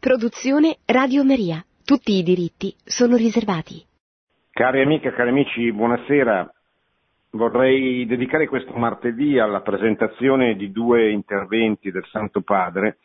Produzione Radio Maria. Tutti i diritti sono riservati. Cari amiche e cari amici, buonasera. Vorrei dedicare questo martedì alla presentazione di due interventi del Santo Padre.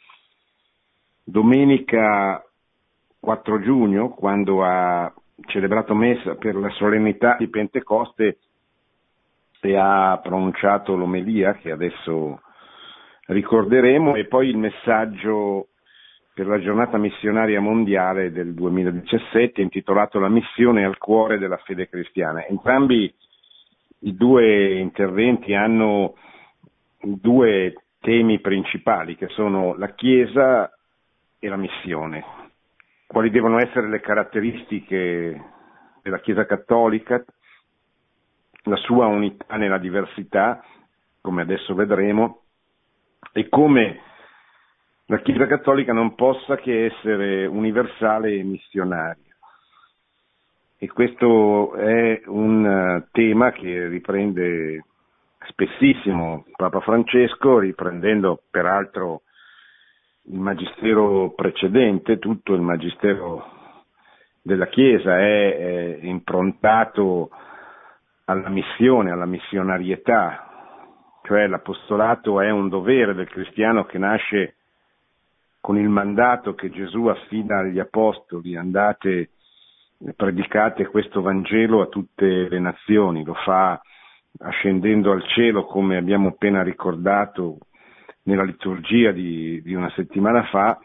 Domenica 4 giugno, quando ha celebrato messa per la solennità di Pentecoste e ha pronunciato l'omelia che adesso ricorderemo, e poi il messaggio per la giornata missionaria mondiale del 2017 intitolato La missione al cuore della fede cristiana. Entrambi i due interventi hanno due temi principali che sono la Chiesa e la missione. Quali devono essere le caratteristiche della Chiesa cattolica, la sua unità nella diversità, come adesso vedremo, e come la Chiesa cattolica non possa che essere universale e missionaria. E questo è un tema che riprende spessissimo Papa Francesco, riprendendo peraltro il magistero precedente. Tutto il magistero della Chiesa è improntato alla missione, alla missionarietà, cioè l'apostolato è un dovere del cristiano che nasce con il mandato che Gesù affida agli apostoli: andate, predicate questo Vangelo a tutte le nazioni. Lo fa ascendendo al cielo, come abbiamo appena ricordato nella liturgia di una settimana fa,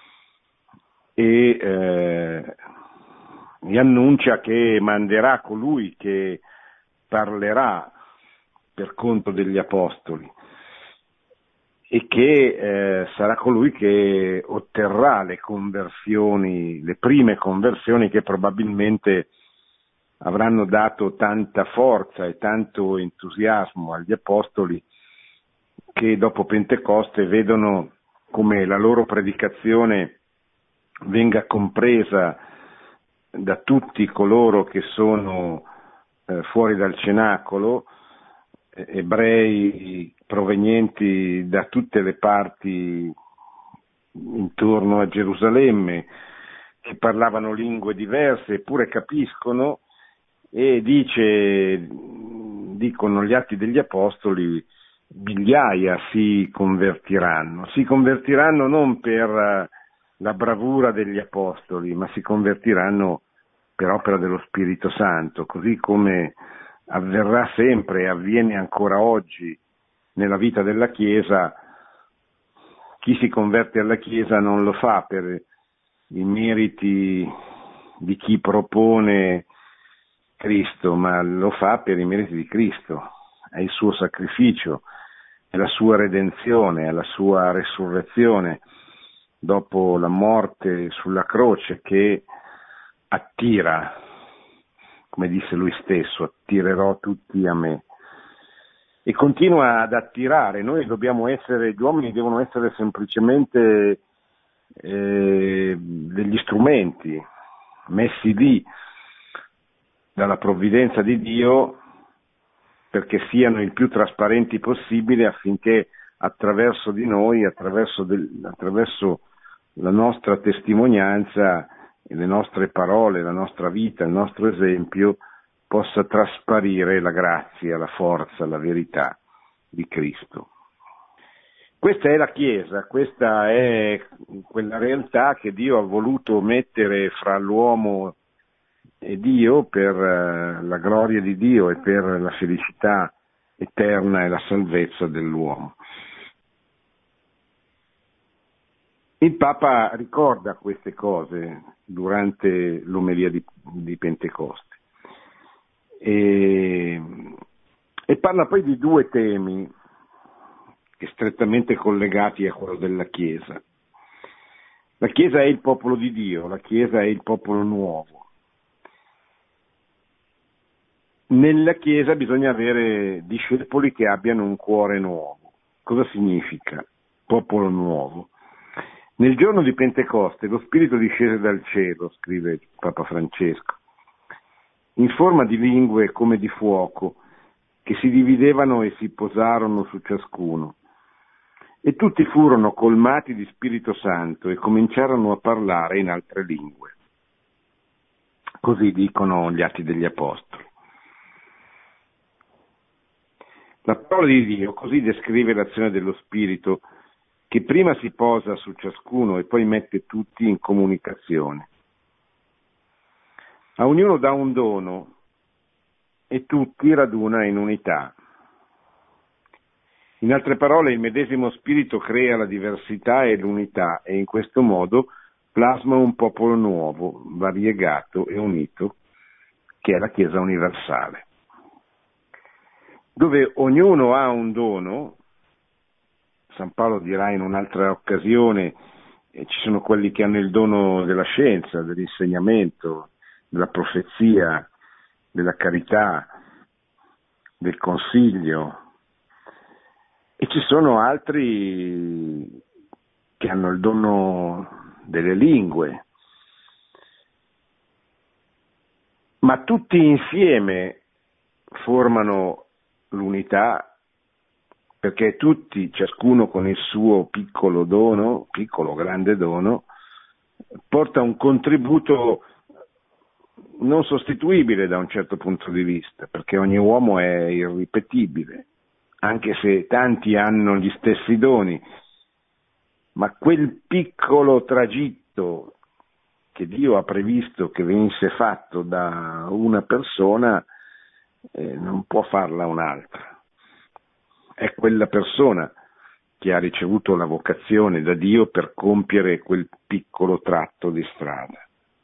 e annuncia che manderà colui che parlerà per conto degli apostoli e che sarà colui che otterrà le conversioni, le prime conversioni che probabilmente avranno dato tanta forza e tanto entusiasmo agli apostoli, che dopo Pentecoste vedono come la loro predicazione venga compresa da tutti coloro che sono fuori dal cenacolo, ebrei provenienti da tutte le parti intorno a Gerusalemme, che parlavano lingue diverse eppure capiscono, e dicono gli Atti degli Apostoli, migliaia si convertiranno non per la bravura degli Apostoli, ma si convertiranno per opera dello Spirito Santo, così come avverrà sempre e avviene ancora oggi nella vita della Chiesa. Chi si converte alla Chiesa non lo fa per i meriti di chi propone Cristo, ma lo fa per i meriti di Cristo. È il suo sacrificio, è la sua redenzione, è la sua resurrezione dopo la morte sulla croce che attira, come disse lui stesso: attirerò tutti a me. E continua ad attirare. Noi dobbiamo essere, gli uomini devono essere semplicemente degli strumenti messi lì dalla provvidenza di Dio perché siano il più trasparenti possibile, affinché attraverso di noi, attraverso la nostra testimonianza e le nostre parole, la nostra vita, il nostro esempio, possa trasparire la grazia, la forza, la verità di Cristo. Questa è la Chiesa, questa è quella realtà che Dio ha voluto mettere fra l'uomo e Dio per la gloria di Dio e per la felicità eterna e la salvezza dell'uomo. Il Papa ricorda queste cose durante l'omelia di Pentecoste e parla poi di due temi strettamente collegati a quello della Chiesa. La Chiesa è il popolo di Dio, la Chiesa è il popolo nuovo. Nella Chiesa bisogna avere discepoli che abbiano un cuore nuovo. Cosa significa popolo nuovo? Nel giorno di Pentecoste lo Spirito discese dal cielo, scrive Papa Francesco, in forma di lingue come di fuoco, che si dividevano e si posarono su ciascuno. E tutti furono colmati di Spirito Santo e cominciarono a parlare in altre lingue. Così dicono gli Atti degli Apostoli. La parola di Dio così descrive l'azione dello Spirito, che prima si posa su ciascuno e poi mette tutti in comunicazione. A ognuno dà un dono e tutti raduna in unità. In altre parole, il medesimo Spirito crea la diversità e l'unità e in questo modo plasma un popolo nuovo, variegato e unito, che è la Chiesa universale. Dove ognuno ha un dono, San Paolo dirà in un'altra occasione, ci sono quelli che hanno il dono della scienza, dell'insegnamento, della profezia, della carità, del consiglio, e ci sono altri che hanno il dono delle lingue, ma tutti insieme formano l'unità, perché tutti, ciascuno con il suo piccolo dono, piccolo o grande dono, porta un contributo non sostituibile da un certo punto di vista, perché ogni uomo è irripetibile, anche se tanti hanno gli stessi doni, ma quel piccolo tragitto che Dio ha previsto che venisse fatto da una persona non può farla un'altra. È quella persona che ha ricevuto la vocazione da Dio per compiere quel piccolo tratto di strada.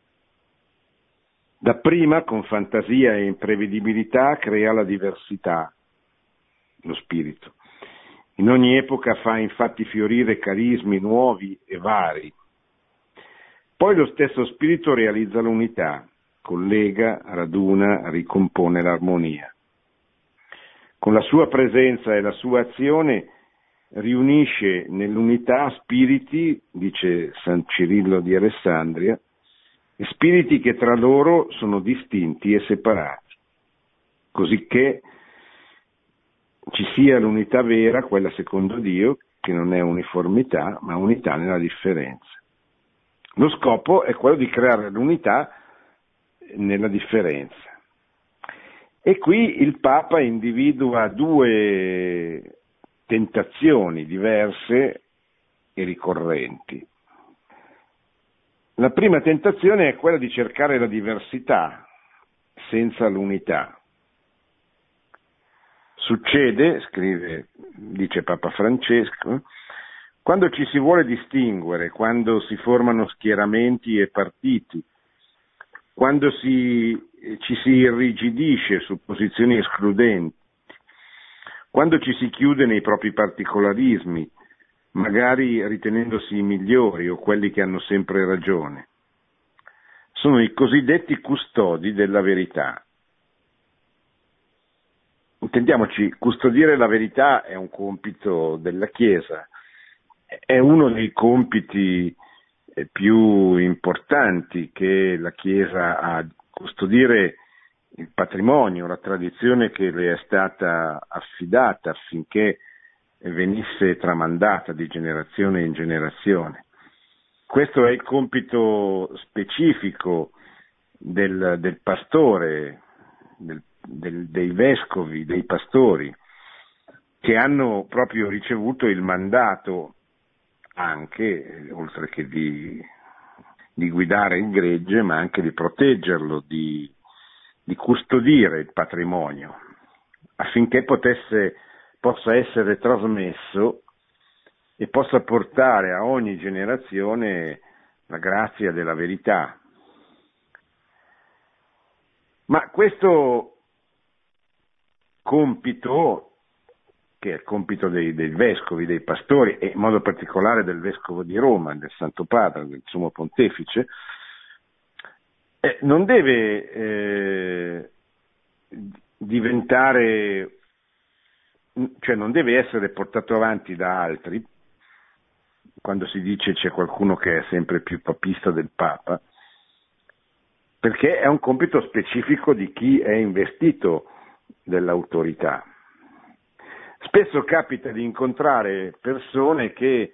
Dapprima, con fantasia e imprevedibilità, crea la diversità, lo Spirito. In ogni epoca fa infatti fiorire carismi nuovi e vari. Poi lo stesso Spirito realizza l'unità, collega, raduna, ricompone l'armonia. Con la sua presenza e la sua azione riunisce nell'unità spiriti, dice San Cirillo di Alessandria, spiriti che tra loro sono distinti e separati, cosicché ci sia l'unità vera, quella secondo Dio, che non è uniformità, ma unità nella differenza. Lo scopo è quello di creare l'unità nella differenza. E qui il Papa individua due tentazioni diverse e ricorrenti. La prima tentazione è quella di cercare la diversità senza l'unità. Succede, dice Papa Francesco, quando ci si vuole distinguere, quando si formano schieramenti e partiti, quando ci si irrigidisce su posizioni escludenti, quando ci si chiude nei propri particolarismi, magari ritenendosi i migliori o quelli che hanno sempre ragione. Sono i cosiddetti custodi della verità. Intendiamoci, custodire la verità è un compito della Chiesa, è uno dei compiti più importanti che la Chiesa ha, custodire il patrimonio, la tradizione che le è stata affidata affinché venisse tramandata di generazione in generazione. Questo è il compito specifico del pastore, dei vescovi, dei pastori, che hanno proprio ricevuto il mandato anche, oltre che di guidare il gregge, ma anche di proteggerlo, di custodire il patrimonio, affinché possa essere trasmesso e possa portare a ogni generazione la grazia della verità. Ma questo compito, che è il compito dei vescovi, dei pastori, e in modo particolare del vescovo di Roma, del Santo Padre, del Sommo Pontefice, non deve diventare, cioè non deve essere portato avanti da altri. Quando si dice c'è qualcuno che è sempre più papista del Papa, perché è un compito specifico di chi è investito dell'autorità. Spesso capita di incontrare persone che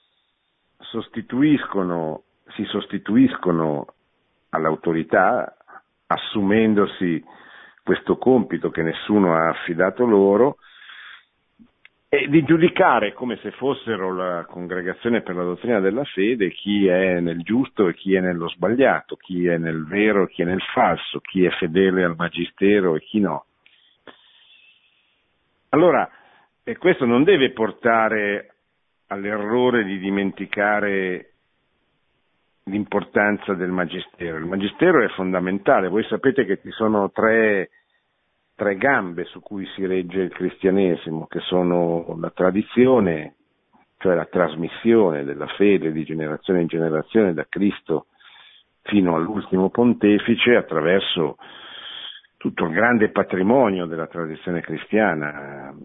si sostituiscono all'autorità, assumendosi questo compito che nessuno ha affidato loro, e di giudicare come se fossero la congregazione per la dottrina della fede chi è nel giusto e chi è nello sbagliato, chi è nel vero e chi è nel falso, chi è fedele al magistero e chi no. Allora, questo non deve portare all'errore di dimenticare l'importanza del magistero. Il magistero è fondamentale. Voi sapete che ci sono tre gambe su cui si regge il cristianesimo, che sono la tradizione, cioè la trasmissione della fede di generazione in generazione da Cristo fino all'ultimo pontefice, attraverso tutto il grande patrimonio della tradizione cristiana,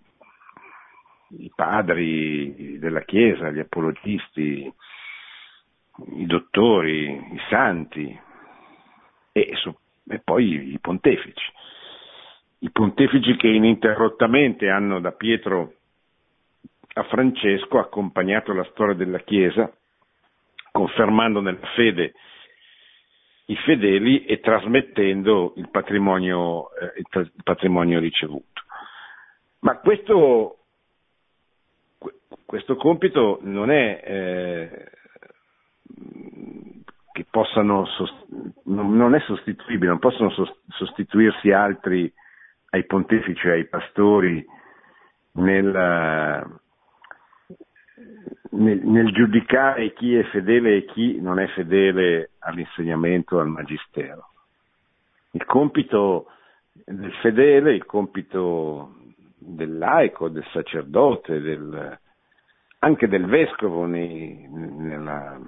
i padri della Chiesa, gli apologisti, i dottori, i santi e poi i pontefici. I pontefici che ininterrottamente hanno da Pietro a Francesco accompagnato la storia della Chiesa, confermando nella fede i fedeli e trasmettendo il patrimonio ricevuto. Ma questo compito non è che non è sostituibile, non possono sostituirsi altri ai pontefici e ai pastori nel giudicare chi è fedele e chi non è fedele all'insegnamento, al magistero. Il compito del fedele, il compito del laico, del sacerdote, anche del vescovo nel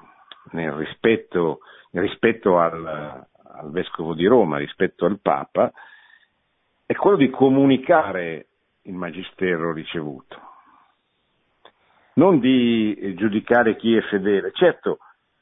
rispetto al vescovo di Roma, rispetto al Papa, è quello di comunicare il magistero ricevuto, non di giudicare chi è fedele. Certo,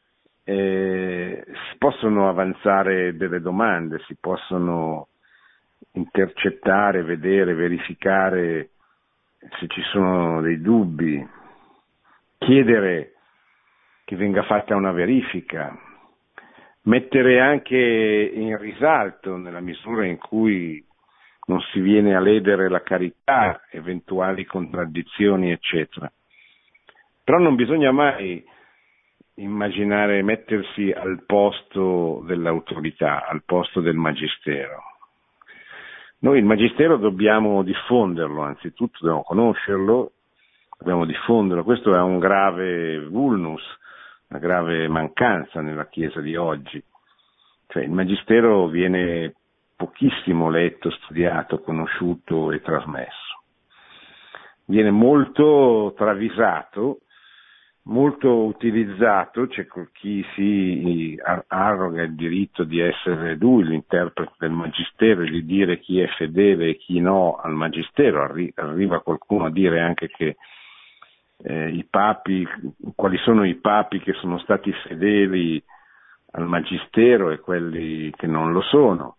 si possono avanzare delle domande, si possono intercettare, vedere, verificare se ci sono dei dubbi, chiedere che venga fatta una verifica, mettere anche in risalto, nella misura in cui non si viene a ledere la carità, eventuali contraddizioni, eccetera. Però non bisogna mai immaginare mettersi al posto dell'autorità, al posto del magistero. Noi il magistero dobbiamo diffonderlo, anzitutto dobbiamo conoscerlo, dobbiamo diffonderlo. Questo è un grave vulnus, una grave mancanza nella Chiesa di oggi. Cioè il magistero viene pochissimo letto, studiato, conosciuto e trasmesso. Viene molto travisato, molto utilizzato. C'è chi si arroga il diritto di essere lui l'interprete del magistero e di dire chi è fedele e chi no al magistero. Arriva qualcuno a dire anche che i papi, quali sono i papi che sono stati fedeli al magistero e quelli che non lo sono.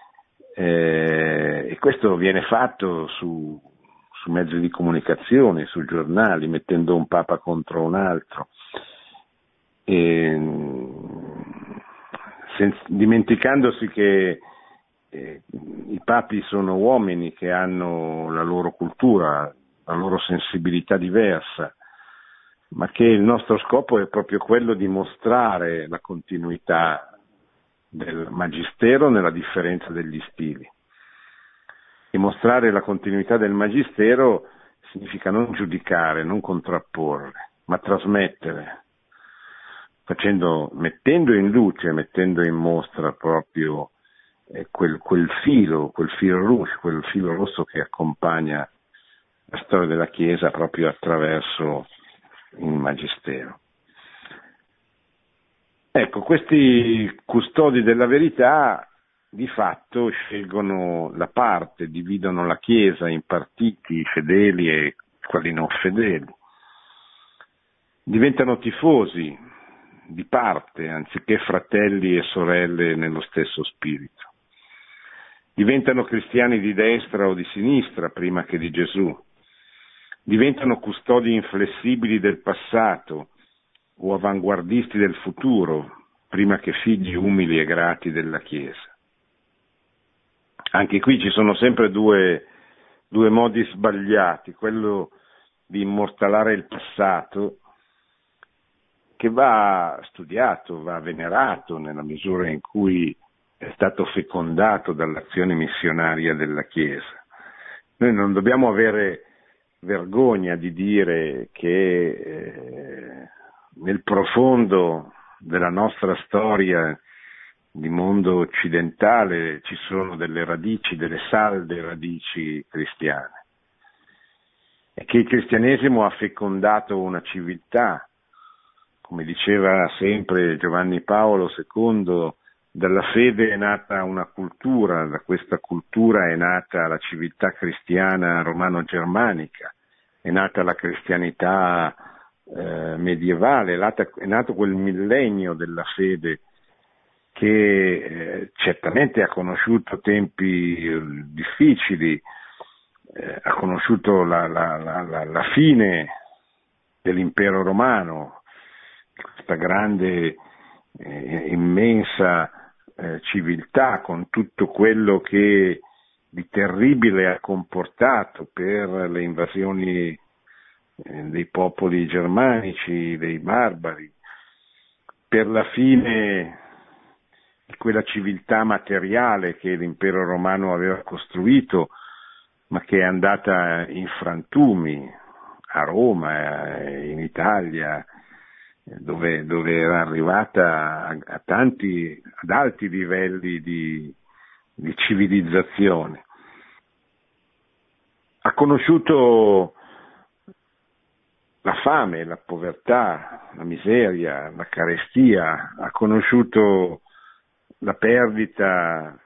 E questo viene fatto su mezzi di comunicazione, su giornali, mettendo un papa contro un altro, dimenticandosi che i papi sono uomini che hanno la loro cultura, la loro sensibilità diversa, ma che il nostro scopo è proprio quello di mostrare la continuità del magistero nella differenza degli stili. E mostrare la continuità del magistero significa non giudicare, non contrapporre, ma trasmettere, mettendo in luce, mettendo in mostra proprio quel filo rouge, quel filo rosso che accompagna la storia della Chiesa proprio attraverso il magistero. Ecco, questi custodi della verità di fatto scelgono la parte, dividono la Chiesa in partiti fedeli e quelli non fedeli. Diventano tifosi di parte anziché fratelli e sorelle nello stesso spirito. Diventano cristiani di destra o di sinistra prima che di Gesù. diventano custodi inflessibili del passato o avanguardisti del futuro, prima che figli umili e grati della Chiesa. Anche qui ci sono sempre due modi sbagliati, quello di immortalare il passato, che va studiato, va venerato nella misura in cui è stato fecondato dall'azione missionaria della Chiesa. Noi non dobbiamo avere vergogna di dire che nel profondo della nostra storia di mondo occidentale ci sono delle radici, delle salde radici cristiane, e che il cristianesimo ha fecondato una civiltà, come diceva sempre Giovanni Paolo II, dalla fede è nata una cultura, da questa cultura è nata la civiltà cristiana romano-germanica, è nata la cristianità medievale, è nato quel millennio della fede che certamente ha conosciuto tempi difficili, ha conosciuto la fine dell'impero romano, questa grande, immensa civiltà, con tutto quello che di terribile ha comportato per le invasioni dei popoli germanici, dei barbari, per la fine di quella civiltà materiale che l'impero romano aveva costruito, ma che è andata in frantumi a Roma, in Italia, dove era arrivata ad alti livelli di civilizzazione. Ha conosciuto la fame, la povertà, la miseria, la carestia, ha conosciuto la perdita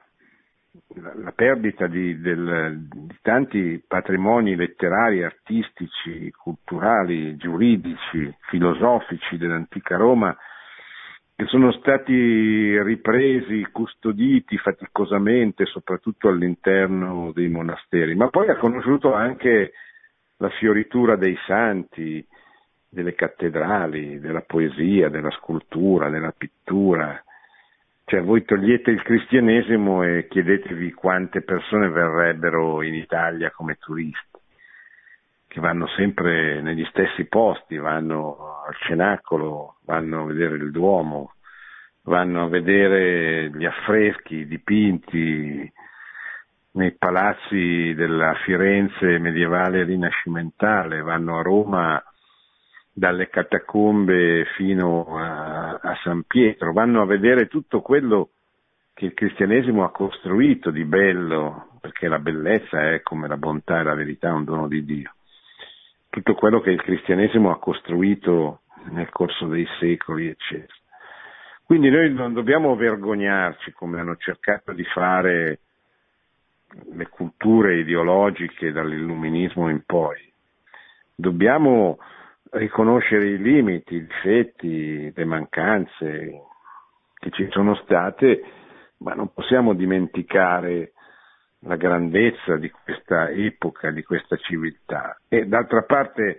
di tanti patrimoni letterari, artistici, culturali, giuridici, filosofici dell'antica Roma, che sono stati ripresi, custoditi faticosamente, soprattutto all'interno dei monasteri. Ma poi ha conosciuto anche la fioritura dei santi, delle cattedrali, della poesia, della scultura, della pittura. Cioè, voi togliete il cristianesimo e chiedetevi quante persone verrebbero in Italia come turisti, che vanno sempre negli stessi posti, vanno al Cenacolo, vanno a vedere il Duomo, vanno a vedere gli affreschi, i dipinti nei palazzi della Firenze medievale e rinascimentale, vanno a Roma dalle catacombe fino a San Pietro, vanno a vedere tutto quello che il cristianesimo ha costruito di bello, perché la bellezza è, come la bontà e la verità, un dono di Dio. Tutto quello che il cristianesimo ha costruito nel corso dei secoli, eccetera. Quindi noi non dobbiamo vergognarci, come hanno cercato di fare le culture ideologiche dall'illuminismo in poi. Dobbiamo riconoscere i limiti, i difetti, le mancanze che ci sono state, ma non possiamo dimenticare la grandezza di questa epoca, di questa civiltà. E d'altra parte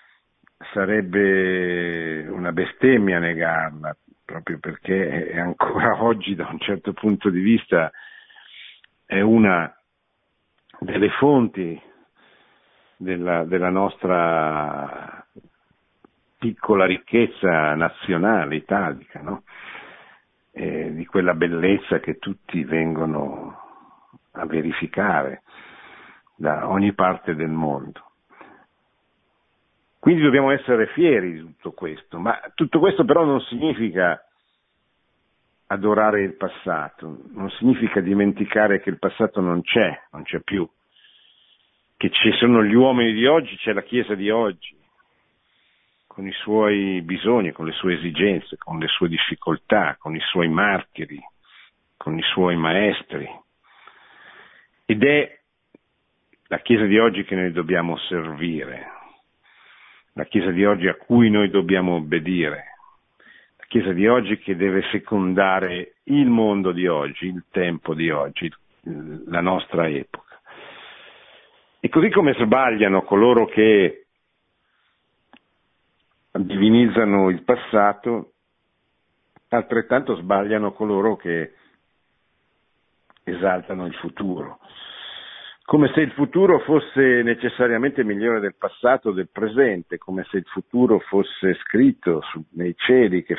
sarebbe una bestemmia negarla, proprio perché è ancora oggi, da un certo punto di vista, è una delle fonti della nostra piccola ricchezza nazionale, italica, no? Di quella bellezza che tutti vengono a verificare da ogni parte del mondo. Quindi dobbiamo essere fieri di tutto questo, ma tutto questo però non significa adorare il passato, non significa dimenticare che il passato non c'è più, che ci sono gli uomini di oggi, c'è la Chiesa di oggi, con i suoi bisogni, con le sue esigenze, con le sue difficoltà, con i suoi martiri, con i suoi maestri. Ed è la Chiesa di oggi che noi dobbiamo servire, la Chiesa di oggi a cui noi dobbiamo obbedire, la Chiesa di oggi che deve fecondare il mondo di oggi, il tempo di oggi, la nostra epoca. E così come sbagliano coloro che divinizzano il passato, altrettanto sbagliano coloro che esaltano il futuro, come se il futuro fosse necessariamente migliore del passato o del presente, come se il futuro fosse scritto nei cieli, che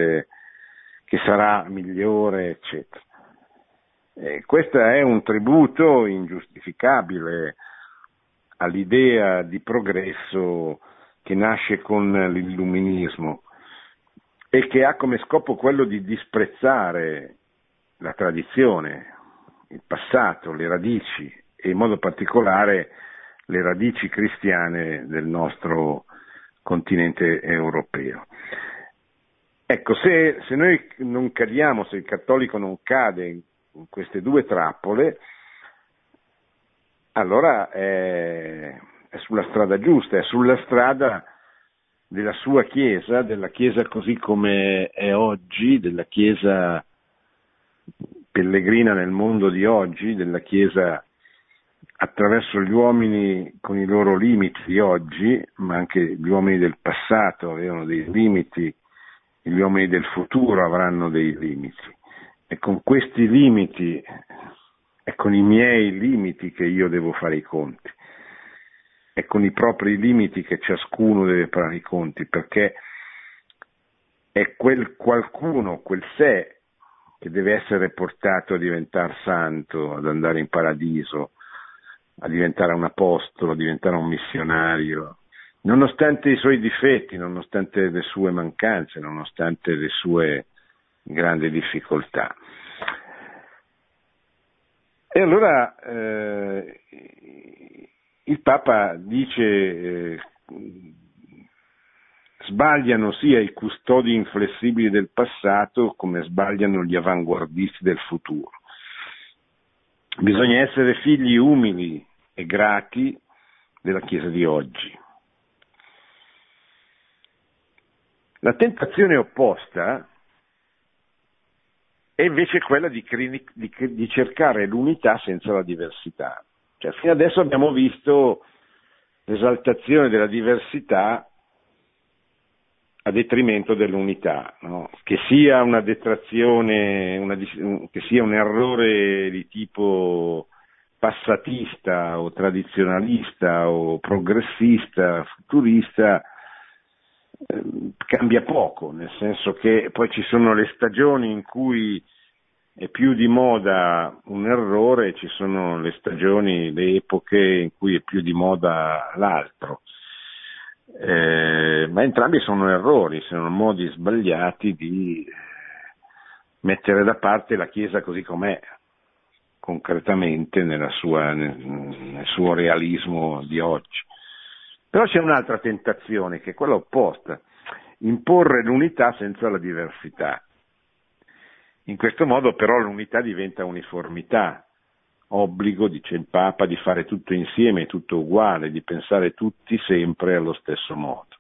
sarà migliore, eccetera. Questo è un tributo ingiustificabile all'idea di progresso che nasce con l'illuminismo e che ha come scopo quello di disprezzare la tradizione, il passato, le radici e in modo particolare le radici cristiane del nostro continente europeo. Ecco, se noi non cadiamo, se il cattolico non cade in queste due trappole, allora è sulla strada giusta, è sulla strada della sua Chiesa, della Chiesa così come è oggi, della Chiesa pellegrina nel mondo di oggi, della Chiesa attraverso gli uomini con i loro limiti di oggi, ma anche gli uomini del passato avevano dei limiti, gli uomini del futuro avranno dei limiti. E con questi limiti, è con i miei limiti che io devo fare i conti. È con i propri limiti che ciascuno deve fare i conti, perché è quel qualcuno, quel sé, che deve essere portato a diventare santo, ad andare in paradiso, a diventare un apostolo, a diventare un missionario, nonostante i suoi difetti, nonostante le sue mancanze, nonostante le sue grandi difficoltà. E allora il Papa dice sbagliano sia i custodi inflessibili del passato come sbagliano gli avanguardisti del futuro. Bisogna essere figli umili e grati della Chiesa di oggi. La tentazione opposta è invece quella di cercare l'unità senza la diversità. Cioè, fino adesso abbiamo visto l'esaltazione della diversità a detrimento dell'unità, no? Che sia una detrazione, che sia un errore di tipo passatista o tradizionalista o progressista, futurista, cambia poco, nel senso che poi ci sono le stagioni in cui è più di moda un errore, ci sono le stagioni, le epoche in cui è più di moda l'altro. Ma entrambi sono errori, sono modi sbagliati di mettere da parte la Chiesa così com'è, concretamente nel suo realismo di oggi. Però c'è un'altra tentazione, che è quella opposta, imporre l'unità senza la diversità. In questo modo però l'unità diventa uniformità, obbligo, dice il Papa, di fare tutto insieme, tutto uguale, di pensare tutti sempre allo stesso modo.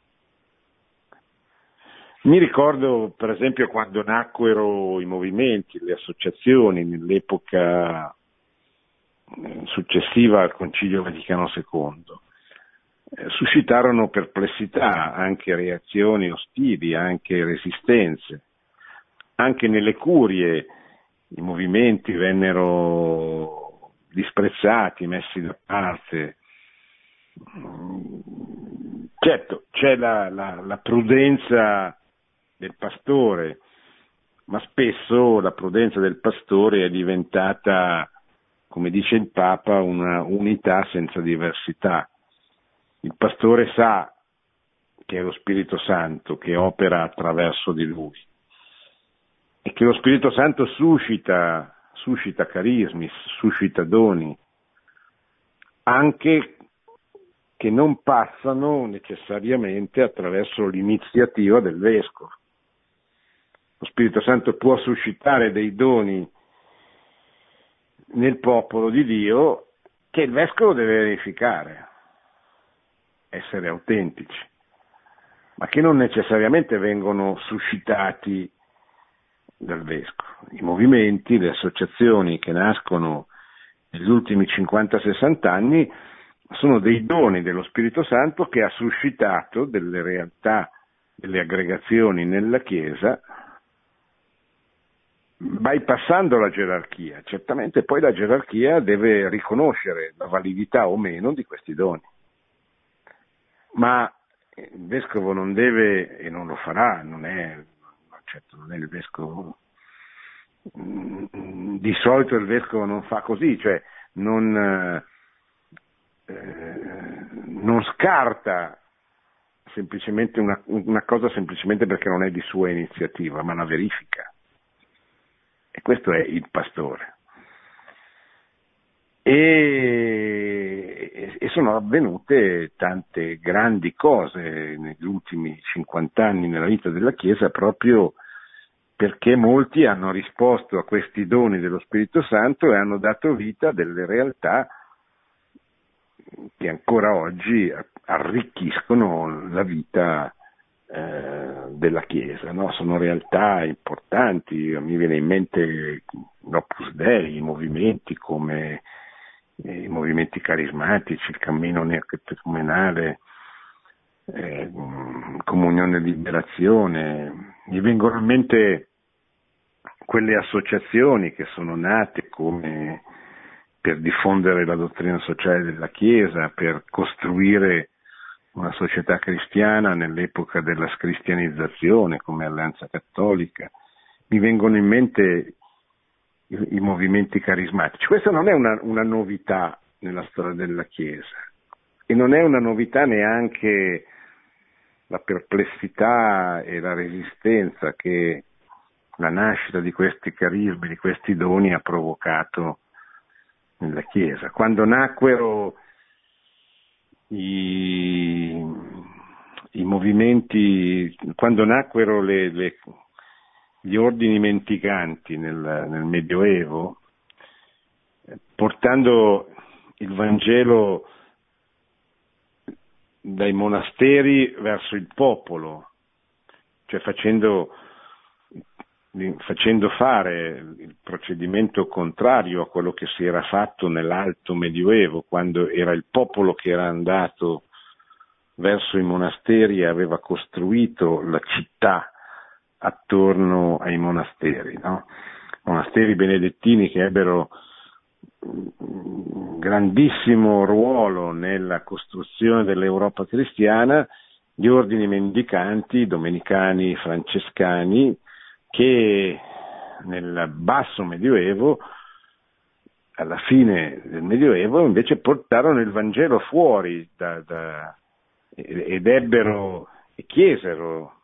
Mi ricordo per esempio quando nacquero i movimenti, le associazioni nell'epoca successiva al Concilio Vaticano II. Suscitarono perplessità, anche reazioni ostili, anche resistenze. Anche nelle curie i movimenti vennero disprezzati, messi da parte. Certo, c'è la prudenza del pastore, ma spesso la prudenza del pastore è diventata, come dice il Papa, una unità senza diversità. Il pastore sa che è lo Spirito Santo che opera attraverso di lui e che lo Spirito Santo suscita carismi, suscita doni, anche che non passano necessariamente attraverso l'iniziativa del Vescovo. Lo Spirito Santo può suscitare dei doni nel popolo di Dio che il Vescovo deve verificare, essere autentici, ma che non necessariamente vengono suscitati dal Vescovo. I movimenti, le associazioni che nascono negli ultimi 50-60 anni sono dei doni dello Spirito Santo che ha suscitato delle realtà delle aggregazioni nella Chiesa, bypassando la gerarchia. Certamente poi la gerarchia deve riconoscere la validità o meno di questi doni, ma il vescovo non deve, e non lo farà, non è il vescovo, di solito il vescovo non fa così, cioè non scarta semplicemente una cosa semplicemente perché non è di sua iniziativa, ma la verifica. E questo è il pastore. E sono avvenute tante grandi cose negli ultimi 50 anni nella vita della Chiesa, proprio perché molti hanno risposto a questi doni dello Spirito Santo e hanno dato vita a delle realtà che ancora oggi arricchiscono la vita della Chiesa, no? Sono realtà importanti. Mi viene in mente l'Opus Dei, i movimenti come i movimenti carismatici, il cammino neocatecumenale, Comunione e Liberazione. Mi vengono in mente quelle associazioni che sono nate come per diffondere la dottrina sociale della Chiesa, per costruire una società cristiana nell'epoca della scristianizzazione come Alleanza Cattolica. Mi vengono in mente i movimenti carismatici. Questa non è una novità nella storia della Chiesa e non è una novità neanche la perplessità e la resistenza che la nascita di questi carismi, di questi doni ha provocato nella Chiesa. Quando nacquero i movimenti, quando nacquero gli ordini mendicanti nel Medioevo, portando il Vangelo dai monasteri verso il popolo, cioè facendo fare il procedimento contrario a quello che si era fatto nell'Alto Medioevo, quando era il popolo che era andato verso i monasteri e aveva costruito la città attorno ai monasteri, no? Monasteri benedettini che ebbero un grandissimo ruolo nella costruzione dell'Europa cristiana, gli ordini mendicanti, domenicani, francescani, che nel basso Medioevo, alla fine del Medioevo, invece portarono il Vangelo fuori ed chiesero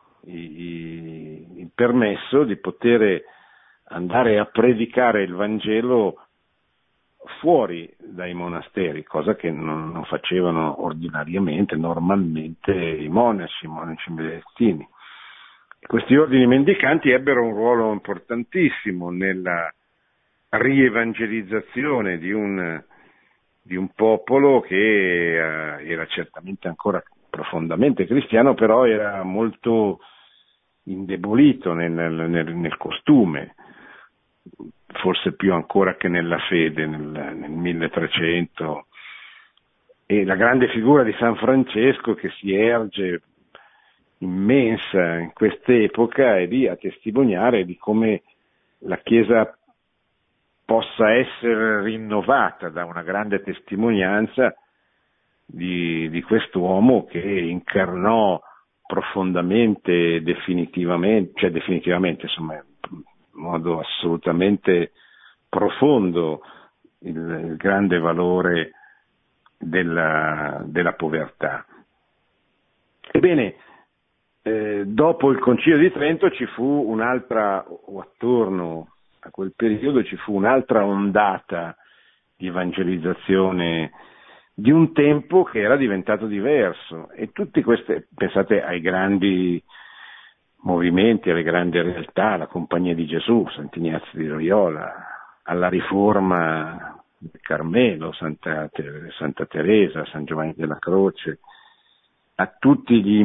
il permesso di poter andare a predicare il Vangelo fuori dai monasteri, cosa che non facevano ordinariamente, normalmente i monaci benedettini. Questi ordini mendicanti ebbero un ruolo importantissimo nella rievangelizzazione di un popolo che era certamente ancora profondamente cristiano, però era molto indebolito nel costume, forse più ancora che nella fede nel 1300, e la grande figura di San Francesco che si erge immensa in quest'epoca è lì a testimoniare di come la Chiesa possa essere rinnovata da una grande testimonianza di quest'uomo che incarnò profondamente, definitivamente, insomma, in modo assolutamente profondo il grande valore della povertà. Ebbene, dopo il Concilio di Trento ci fu o attorno a quel periodo ci fu un'altra ondata di evangelizzazione di un tempo che era diventato diverso, e tutte queste, pensate ai grandi movimenti, alle grandi realtà, la Compagnia di Gesù, Sant'Ignazio di Loyola, alla Riforma del Carmelo, Santa Teresa, San Giovanni della Croce, a tutti gli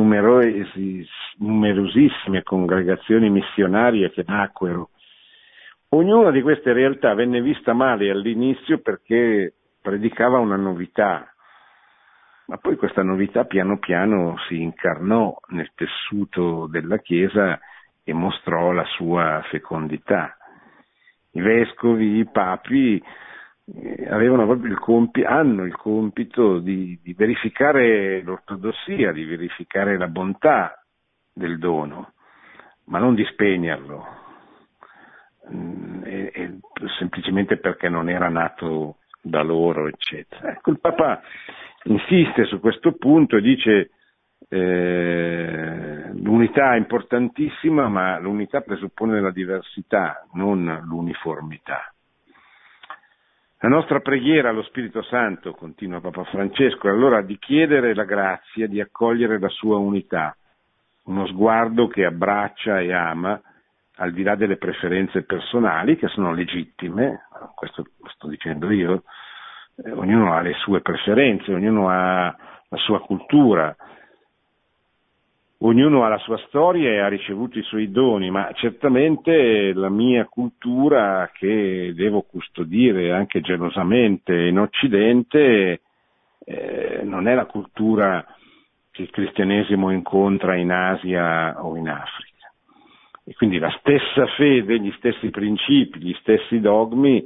numerosissime congregazioni missionarie che nacquero. Ognuna di queste realtà venne vista male all'inizio perché predicava una novità, Ma poi questa novità piano piano si incarnò nel tessuto della Chiesa e mostrò la sua fecondità. I vescovi, i papi avevano proprio hanno il compito di verificare l'ortodossia, di verificare la bontà del dono, ma non di spegnerlo, semplicemente perché non era nato da loro, eccetera. Ecco, il Papa insiste su questo punto e dice l'unità è importantissima, ma l'unità presuppone la diversità, non l'uniformità. La nostra preghiera allo Spirito Santo, continua Papa Francesco, è allora di chiedere la grazia di accogliere la sua unità, uno sguardo che abbraccia e ama, al di là delle preferenze personali, che sono legittime, questo lo sto dicendo io, ognuno ha le sue preferenze, ognuno ha la sua cultura, ognuno ha la sua storia e ha ricevuto i suoi doni, ma certamente la mia cultura, che devo custodire anche gelosamente in Occidente, non è la cultura che il cristianesimo incontra in Asia o in Africa. E quindi la stessa fede, gli stessi principi, gli stessi dogmi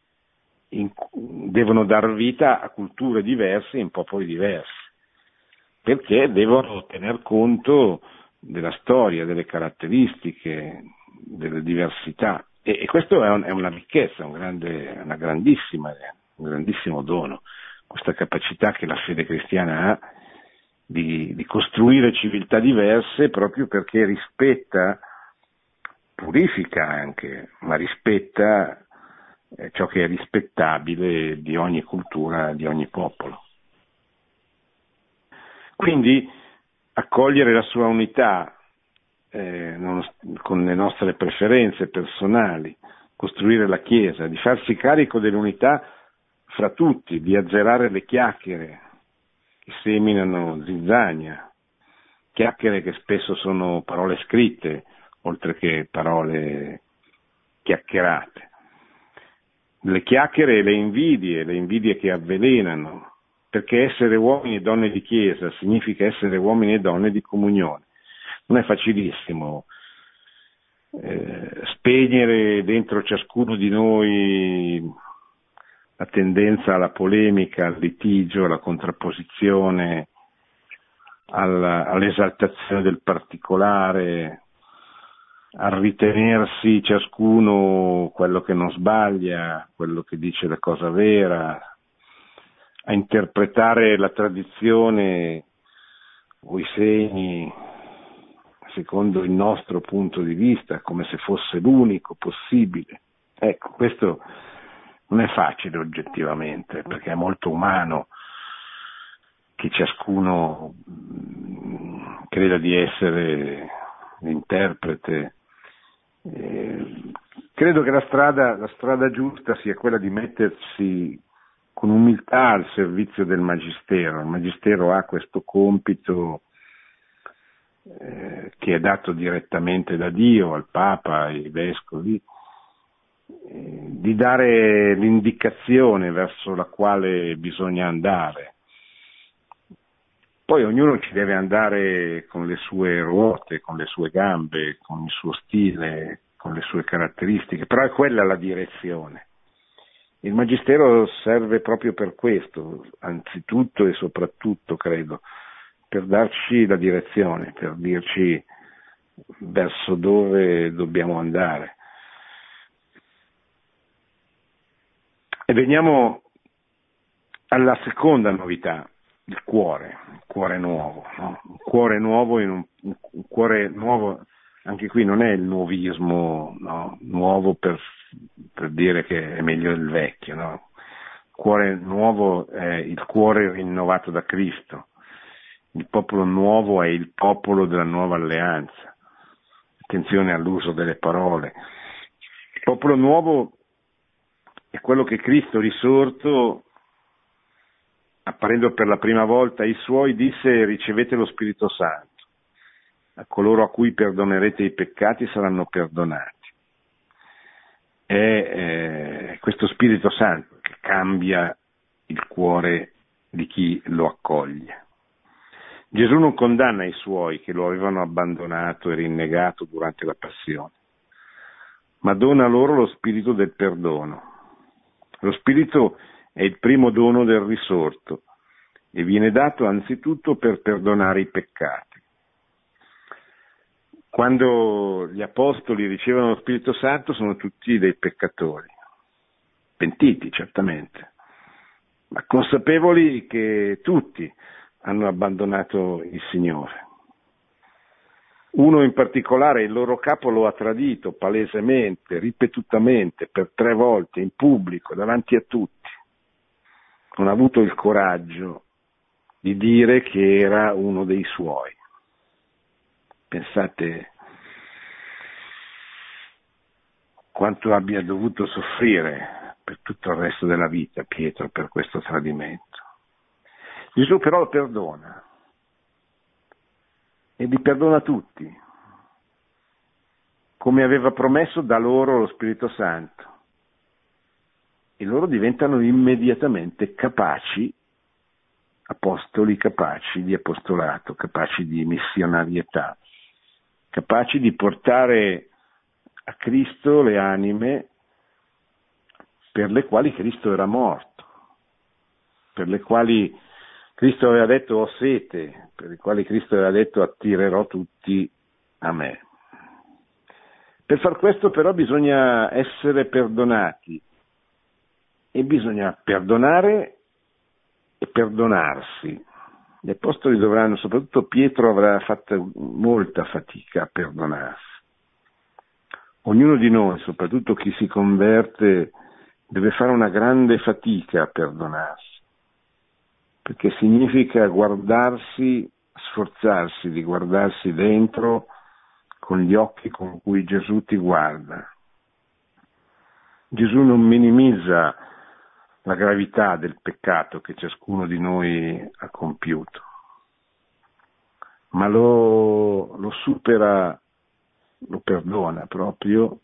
devono dar vita a culture diverse in popoli diversi, perché devono tener conto della storia, delle caratteristiche, delle diversità. E questo è una ricchezza, un grandissimo dono, questa capacità che la fede cristiana ha di costruire civiltà diverse proprio perché rispetta, purifica anche, ma rispetta ciò che è rispettabile di ogni cultura, di ogni popolo. Quindi accogliere la sua unità con le nostre preferenze personali, costruire la Chiesa, di farsi carico dell'unità fra tutti, di azzerare le chiacchiere che seminano zizzania, chiacchiere che spesso sono parole scritte, oltre che parole chiacchierate. Le chiacchiere e le invidie che avvelenano, perché essere uomini e donne di Chiesa significa essere uomini e donne di comunione. Non è facilissimo spegnere dentro ciascuno di noi la tendenza alla polemica, al litigio, alla contrapposizione, all'esaltazione del particolare, a ritenersi ciascuno quello che non sbaglia, quello che dice la cosa vera, a interpretare la tradizione o i segni secondo il nostro punto di vista, come se fosse l'unico possibile. Ecco, questo non è facile oggettivamente, perché è molto umano che ciascuno creda di essere l'interprete. Credo che la strada giusta sia quella di mettersi con umiltà al servizio del Magistero. Il Magistero ha questo compito che è dato direttamente da Dio al Papa, ai Vescovi, di dare l'indicazione verso la quale bisogna andare. Poi ognuno ci deve andare con le sue ruote, con le sue gambe, con il suo stile, con le sue caratteristiche, però è quella la direzione. Il Magistero serve proprio per questo, anzitutto e soprattutto, credo, per darci la direzione, per dirci verso dove dobbiamo andare. E veniamo alla seconda novità, il cuore nuovo, no? Un cuore nuovo, un cuore nuovo, anche qui non è il nuovismo, no? Nuovo per dire che è meglio il vecchio, no? Il cuore nuovo è il cuore rinnovato da Cristo. Il popolo nuovo è il popolo della nuova alleanza. Attenzione all'uso delle parole. Il popolo nuovo è quello che Cristo risorto, apparendo per la prima volta ai suoi, disse: ricevete lo Spirito Santo. A coloro a cui perdonerete i peccati saranno perdonati. È questo Spirito Santo che cambia il cuore di chi lo accoglie. Gesù non condanna i suoi che lo avevano abbandonato e rinnegato durante la passione, ma dona loro lo spirito del perdono. Lo spirito è il primo dono del risorto e viene dato anzitutto per perdonare i peccati. Quando gli apostoli ricevono lo Spirito Santo sono tutti dei peccatori, pentiti certamente, ma consapevoli che tutti hanno abbandonato il Signore. Uno in particolare, il loro capo, lo ha tradito palesemente, ripetutamente, per 3 volte, in pubblico, davanti a tutti. Non ha avuto il coraggio di dire che era uno dei suoi. Pensate quanto abbia dovuto soffrire per tutto il resto della vita Pietro per questo tradimento. Gesù però lo perdona e li perdona tutti, come aveva promesso da loro lo Spirito Santo, e loro diventano immediatamente capaci, apostoli capaci di apostolato, capaci di missionarietà, capaci di portare a Cristo le anime per le quali Cristo era morto, per le quali Cristo aveva detto ho sete, per le quali Cristo aveva detto attirerò tutti a me. Per far questo però bisogna essere perdonati e bisogna perdonare e perdonarsi. Gli apostoli dovranno, soprattutto Pietro avrà fatto molta fatica a perdonarsi. Ognuno di noi, soprattutto chi si converte, deve fare una grande fatica a perdonarsi, perché significa guardarsi, sforzarsi di guardarsi dentro con gli occhi con cui Gesù ti guarda. Gesù non minimizza la gravità del peccato che ciascuno di noi ha compiuto, ma lo supera, lo perdona proprio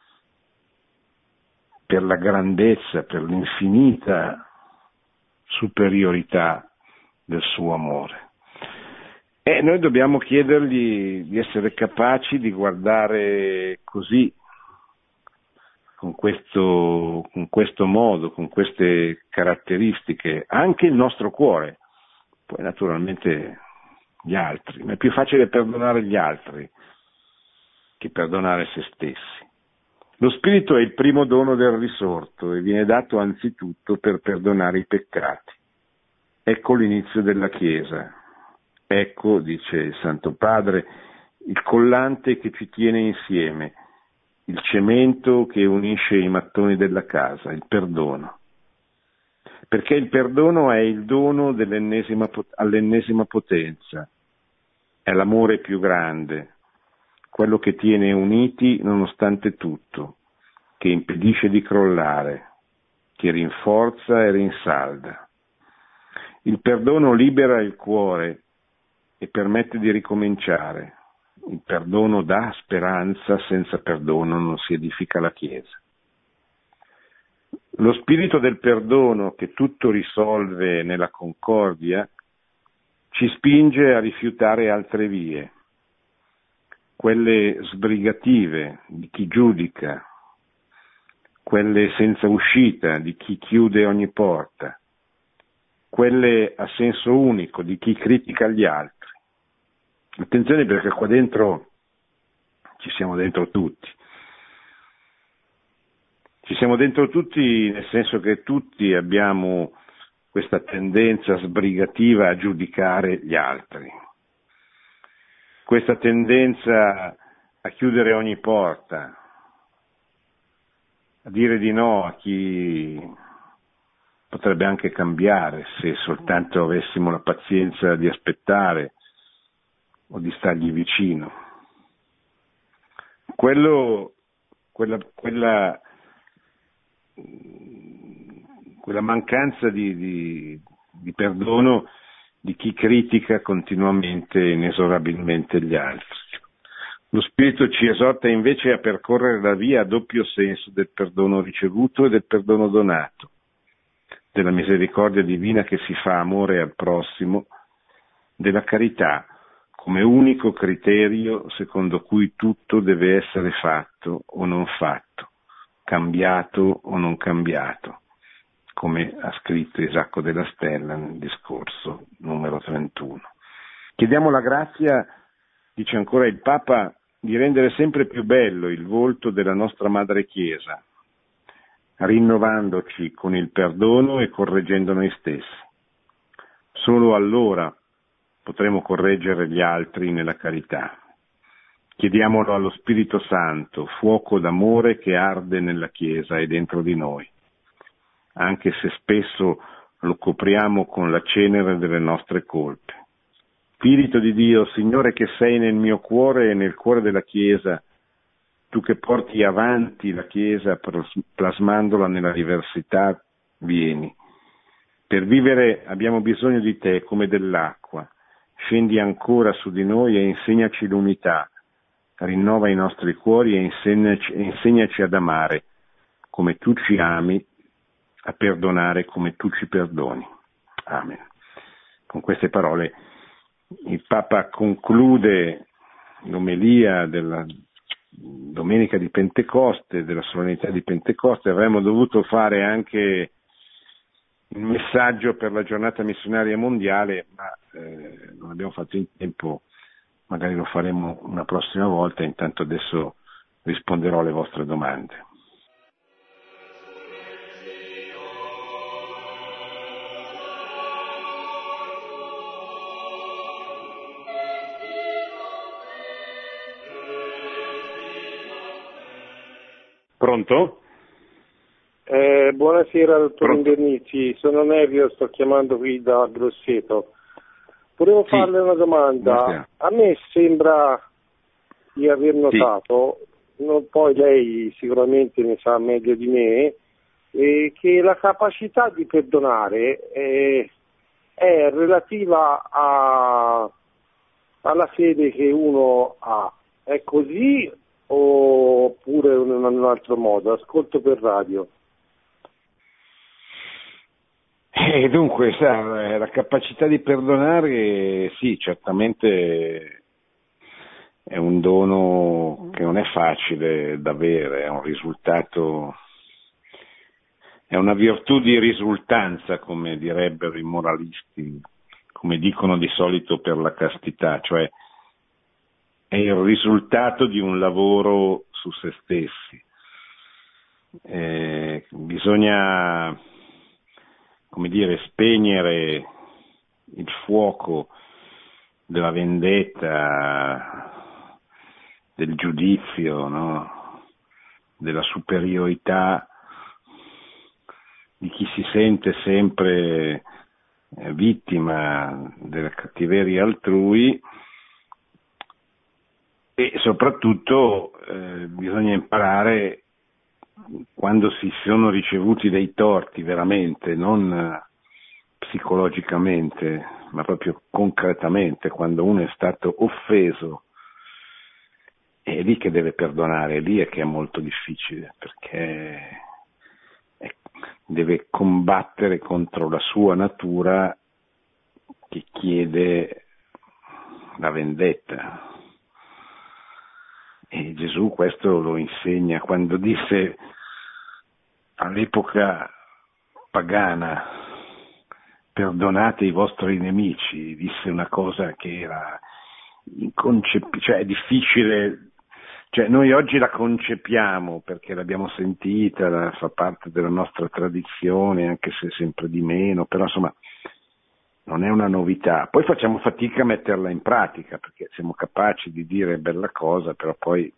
per la grandezza, per l'infinita superiorità del suo amore. E noi dobbiamo chiedergli di essere capaci di guardare così, con questo modo, con queste caratteristiche, anche il nostro cuore, poi naturalmente gli altri, ma è più facile perdonare gli altri che perdonare se stessi. Lo Spirito è il primo dono del risorto e viene dato anzitutto per perdonare i peccati. Ecco l'inizio della Chiesa. Ecco, dice il Santo Padre, il collante che ci tiene insieme, il cemento che unisce i mattoni della casa, il perdono. Perché il perdono è il dono all'ennesima potenza, è l'amore più grande, quello che tiene uniti nonostante tutto, che impedisce di crollare, che rinforza e rinsalda. Il perdono libera il cuore e permette di ricominciare. Il perdono dà speranza, senza perdono non si edifica la Chiesa. Lo spirito del perdono che tutto risolve nella concordia ci spinge a rifiutare altre vie, quelle sbrigative di chi giudica, quelle senza uscita di chi chiude ogni porta, quelle a senso unico di chi critica gli altri. Attenzione, perché qua dentro ci siamo dentro tutti. Ci siamo dentro tutti nel senso che tutti abbiamo questa tendenza sbrigativa a giudicare gli altri, questa tendenza a chiudere ogni porta, a dire di no a chi potrebbe anche cambiare se soltanto avessimo la pazienza di aspettare o di stargli vicino. Quella mancanza di perdono di chi critica continuamente e inesorabilmente gli altri. Lo Spirito ci esorta invece a percorrere la via a doppio senso del perdono ricevuto e del perdono donato. della misericordia divina che si fa amore al prossimo, della carità come unico criterio secondo cui tutto deve essere fatto o non fatto, cambiato o non cambiato, come ha scritto Isacco della Stella nel discorso numero 31. Chiediamo la grazia, dice ancora il Papa, di rendere sempre più bello il volto della nostra Madre Chiesa, rinnovandoci con il perdono e correggendo noi stessi. Solo allora potremo correggere gli altri nella carità. Chiediamolo allo Spirito Santo, fuoco d'amore che arde nella Chiesa e dentro di noi, anche se spesso lo copriamo con la cenere delle nostre colpe. Spirito di Dio, Signore che sei nel mio cuore e nel cuore della Chiesa, tu che porti avanti la Chiesa plasmandola nella diversità, vieni. Per vivere abbiamo bisogno di te come dell'acqua. Scendi ancora su di noi e insegnaci l'unità. Rinnova i nostri cuori e insegnaci ad amare come tu ci ami, a perdonare come tu ci perdoni. Amen. Con queste parole il Papa conclude l'omelia della domenica di Pentecoste, della solennità di Pentecoste. Avremmo dovuto fare anche il messaggio per la giornata missionaria mondiale, ma non abbiamo fatto in tempo, magari lo faremo una prossima volta. Intanto adesso risponderò alle vostre domande. Pronto? Buonasera dottor Invernizzi, sono Nevio, sto chiamando qui da Grosseto. Volevo farle una domanda. Buonasera. A me sembra di aver notato, poi lei sicuramente ne sa meglio di me, che la capacità di perdonare è relativa alla fede che uno ha. È così oppure in un altro modo? Ascolto per radio. Dunque, la capacità di perdonare, sì, certamente è un dono che non è facile da avere, è un risultato, è una virtù di risultanza, come direbbero i moralisti, come dicono di solito per la castità, cioè è il risultato di un lavoro su se stessi. Bisogna, come dire, spegnere il fuoco della vendetta, del giudizio, no? Della superiorità di chi si sente sempre vittima della cattiveria altrui, e soprattutto bisogna imparare, quando si sono ricevuti dei torti veramente, non psicologicamente, ma proprio concretamente, quando uno è stato offeso, è lì che deve perdonare, lì è che è molto difficile, perché deve combattere contro la sua natura che chiede la vendetta. E Gesù questo lo insegna quando disse all'epoca pagana: perdonate i vostri nemici, disse una cosa che era cioè è difficile, cioè noi oggi la concepiamo perché l'abbiamo sentita, fa parte della nostra tradizione, anche se sempre di meno, però insomma non è una novità. Poi facciamo fatica a metterla in pratica, perché siamo capaci di dire bella cosa, però poi...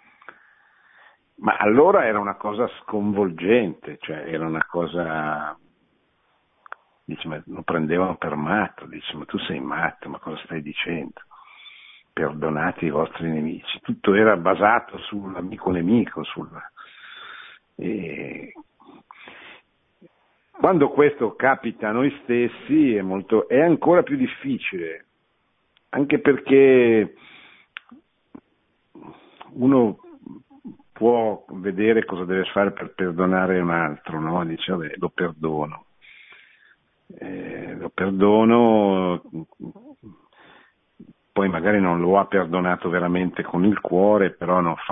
Ma allora era una cosa sconvolgente, cioè era una cosa... Dice, ma lo prendevano per matto, dice, ma tu sei matto, ma cosa stai dicendo? Perdonate i vostri nemici. Tutto era basato sull'amico-nemico, Quando questo capita a noi stessi è ancora più difficile, anche perché uno può vedere cosa deve fare per perdonare un altro, no? Dice, vabbè, lo perdono. lo perdono, poi magari non lo ha perdonato veramente con il cuore, però non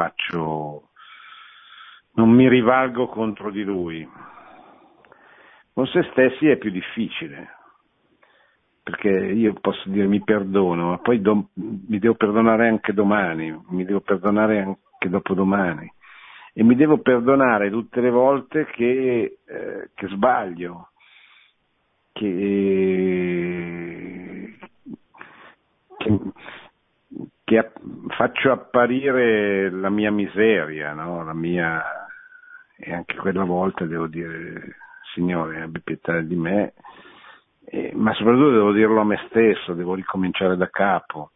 mi rivalgo contro di lui. Con se stessi è più difficile, perché io posso dire mi perdono, ma poi mi devo perdonare anche domani, mi devo perdonare anche dopodomani, e mi devo perdonare tutte le volte che sbaglio, che faccio apparire la mia miseria, no? E anche quella volta devo dire: Signore, abbi pietà di me, ma soprattutto devo dirlo a me stesso, devo ricominciare da capo,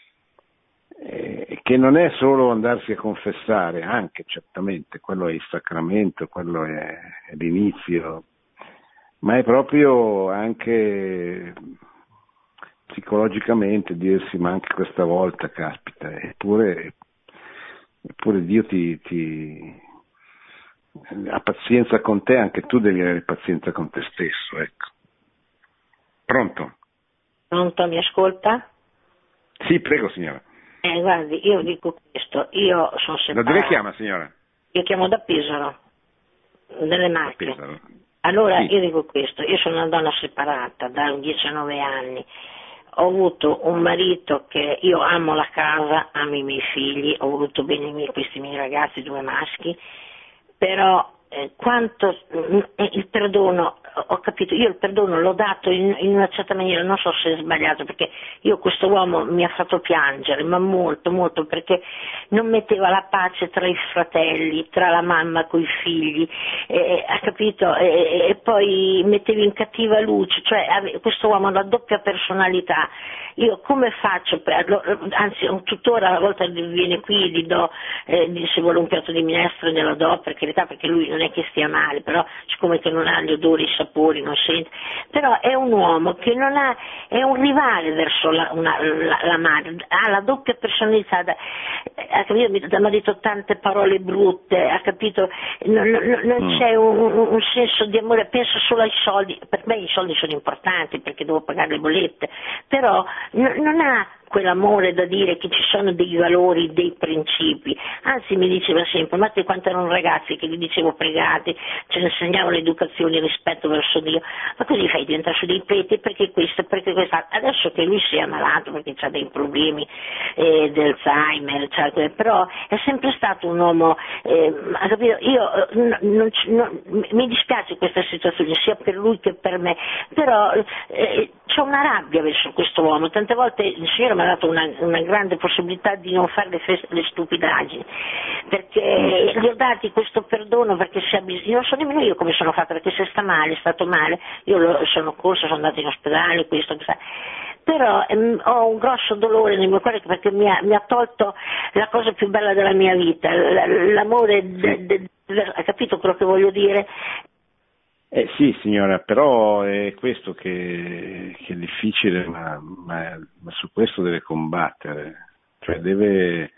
che non è solo andarsi a confessare, anche certamente, quello è il sacramento, quello è l'inizio, ma è proprio anche psicologicamente dirsi: ma anche questa volta, caspita, eppure Dio ha pazienza con te, anche tu devi avere pazienza con te stesso, ecco. Pronto? Pronto, mi ascolta? Sì, prego signora. Guardi, io dico questo, io sono separata. Da dove chiama, signora? Io chiamo da Pesaro, delle Marche. Da Pesaro. Allora, sì. Io dico questo, io sono una donna separata da 19 anni, ho avuto un marito che io amo la casa, amo i miei figli, ho voluto bene questi miei ragazzi, 2 maschi, però quanto il perdono, ho capito, io il perdono l'ho dato in una certa maniera, non so se è sbagliato, perché questo uomo mi ha fatto piangere, ma molto, molto, perché non metteva la pace tra i fratelli, tra la mamma coi figli, ha capito, e poi mettevi in cattiva luce, cioè questo uomo ha una doppia personalità. Io come faccio anzi tuttora a volte viene qui, gli do, se vuole un piatto di minestra glielo do, per carità, perché lui non è che stia male, però siccome che non ha gli odori, i sapori, non sente, però è un uomo che non ha, è un rivale verso la madre, ha la doppia personalità, ha capito, mi ha detto tante parole brutte, ha capito, non c'è un senso di amore, penso solo ai soldi, per me i soldi sono importanti perché devo pagare le bollette, però non ha quell'amore da dire che ci sono dei valori, dei principi, anzi mi diceva sempre, ma te quanto erano ragazzi che gli dicevo pregate, ce ne insegnavo l'educazione, il rispetto verso Dio, ma così fai diventare su dei preti, perché questo, perché quest'altro, adesso che lui si è ammalato perché ha dei problemi di Alzheimer, cioè, però è sempre stato un uomo, ha capito? Io mi dispiace questa situazione sia per lui che per me, però c'ho una rabbia verso questo uomo, tante volte il Signore mi ha dato una grande possibilità di non fare le stupidaggini, perché gli ho dati questo perdono, perché se ha bisogno, non so nemmeno io come sono fatta, perché se sta male, è stato male, io sono corsa, sono andata in ospedale, però ho un grosso dolore nel mio cuore perché mi ha tolto la cosa più bella della mia vita, l'amore, ha capito quello che voglio dire? Sì signora, però è questo che è difficile, ma su questo deve combattere, cioè deve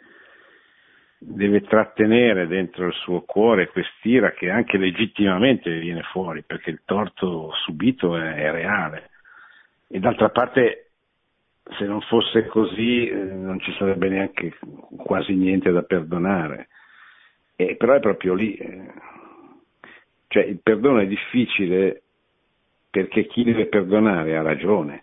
trattenere dentro il suo cuore quest'ira che anche legittimamente viene fuori, perché il torto subito è reale, e d'altra parte se non fosse così non ci sarebbe neanche quasi niente da perdonare, però è proprio lì. Cioè il perdono è difficile perché chi deve perdonare ha ragione,